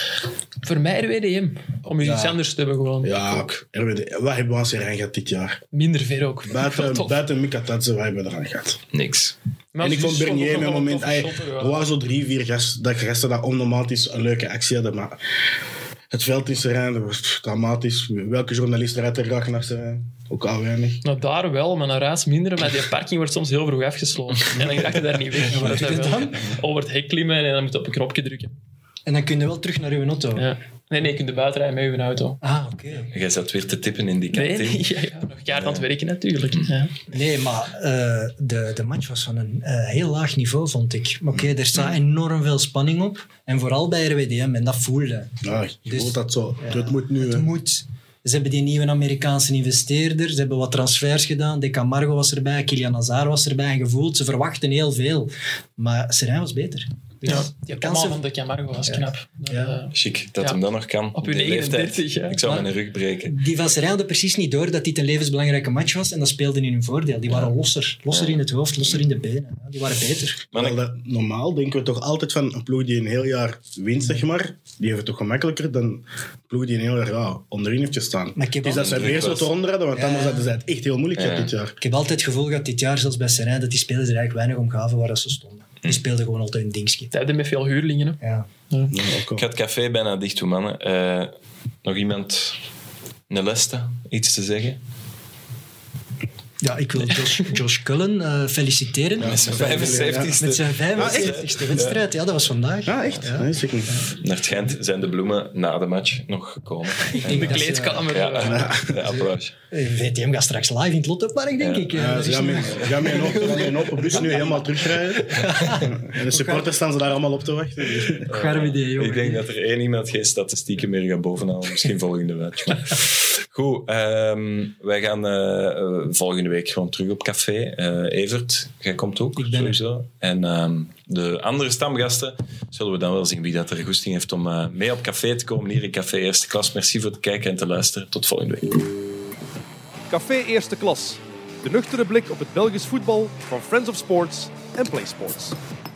Voor mij R W D M. Om eens Ja. iets anders te hebben gewoon. Ja, R W D. Wat hebben we aan Serijn gehad dit jaar? Minder ver ook. Buiten, Tof. buiten Mika Tatze, wat hebben we eraan gehad? Niks. Maar En ik Zus vond Bernier ook met nog een wel moment... toffe ey, shotten, ja. er waren zo drie, vier gasten, dat gasten dat onnormatisch een leuke actie hadden, maar het veld in Serijn, dat was pff, dramatisch. Welke journalist rijdt er graag naar Serijn? Ook al weinig. Nou, daar wel, maar naar Raas minder. Maar die parking wordt soms heel vroeg afgesloten. En dan raak je daar niet weg. wat doe je wel dan? over het hek klimmen en dan moet je op een knopje drukken. En dan kun je wel terug naar uw auto. Ja. Nee, nee, je kunt de buiten rijden met je auto. Ah, oké. Okay. Jij zat weer te tippen in die Nee, kantine. nee, ja, ja, nog keihard aan het werken natuurlijk. Ja. Nee, maar uh, de, de match was van een uh, heel laag niveau, vond ik. Oké, okay, er staat enorm veel spanning op. En vooral bij R W D M, en dat voelde. Ja, je Dus, voelt dat zo. Ja, het moet nu. Het hè. moet. Ze hebben die nieuwe Amerikaanse investeerder. Ze hebben wat transfers gedaan. De Camargo was erbij. Kylian Hazard was erbij. En gevoeld, ze verwachten heel veel. Maar Serijn was beter. Dus Ja, de die kansen- allemaal van de Camargo was Ja. knap. Ja. Uh, Chic dat Ja. hem dat nog kan. Op uw die negenendertig, leeftijd. ja. Ik zou Maar- mijn rug breken. Die van Serijn hadden precies niet door dat dit een levensbelangrijke match was. En dat speelde in hun voordeel. Die waren losser. Losser in het hoofd, losser in de benen. Ja, die waren beter. Maar Terwijl dat, normaal denken we toch altijd van een ploeg die een heel jaar wint, zeg maar. Die heeft het toch gemakkelijker dan een ploeg die een heel jaar ja, onderin heeft gestaan. Maar ik heb Dus dat zij druk weer zo was. te onder hadden, want Ja. anders hadden zij het echt heel moeilijk gehad Ja. dit jaar. Ik heb altijd het gevoel gehad dit jaar, zoals bij Serijn, dat die spelers er eigenlijk weinig om gaven waar ze stonden. Die speelden gewoon altijd een dingetje. Zij hebben met veel huurlingen. Hè. Ja. Ja, ook al. Ik ga het café bijna dicht doen, mannen. Uh, nog iemand een leste iets te zeggen? Ja, ik wil Josh, Josh Cullen uh, feliciteren. Met zijn vijfenzeventigste. Met zijn vijfenzeventigste wedstrijd. Ja, dat was vandaag. Ah, echt? Ja. Nee, dat is ik niet. Naar het Gent zijn de bloemen na de match nog gekomen. In de dat is, kleedkamer. Ja, Ja. ja, applaus. Uh, V T M gaat straks live in het Lottopark, denk Ja. ik. Ja, Uh, ze dus gaan nu- met- ze gaan met een op- ze gaan met een open bus nu helemaal terugrijden. En de supporters staan ze daar allemaal op te wachten. Dus. Garm idee, jongen. Ik denk dat er één iemand geen statistieken meer gaat bovenhalen. Misschien volgende match. Maar goed, um, wij gaan uh, volgende week gewoon terug op café. Uh, Evert, jij komt ook, Ik ben er. sowieso. En um, de andere stamgasten zullen we dan wel zien wie dat er goesting heeft om uh, mee op café te komen hier in Café Eerste Klas. Merci voor het kijken en te luisteren. Tot volgende week. Café Eerste Klas. De nuchtere blik op het Belgisch voetbal van Friends of Sports en Play Sports.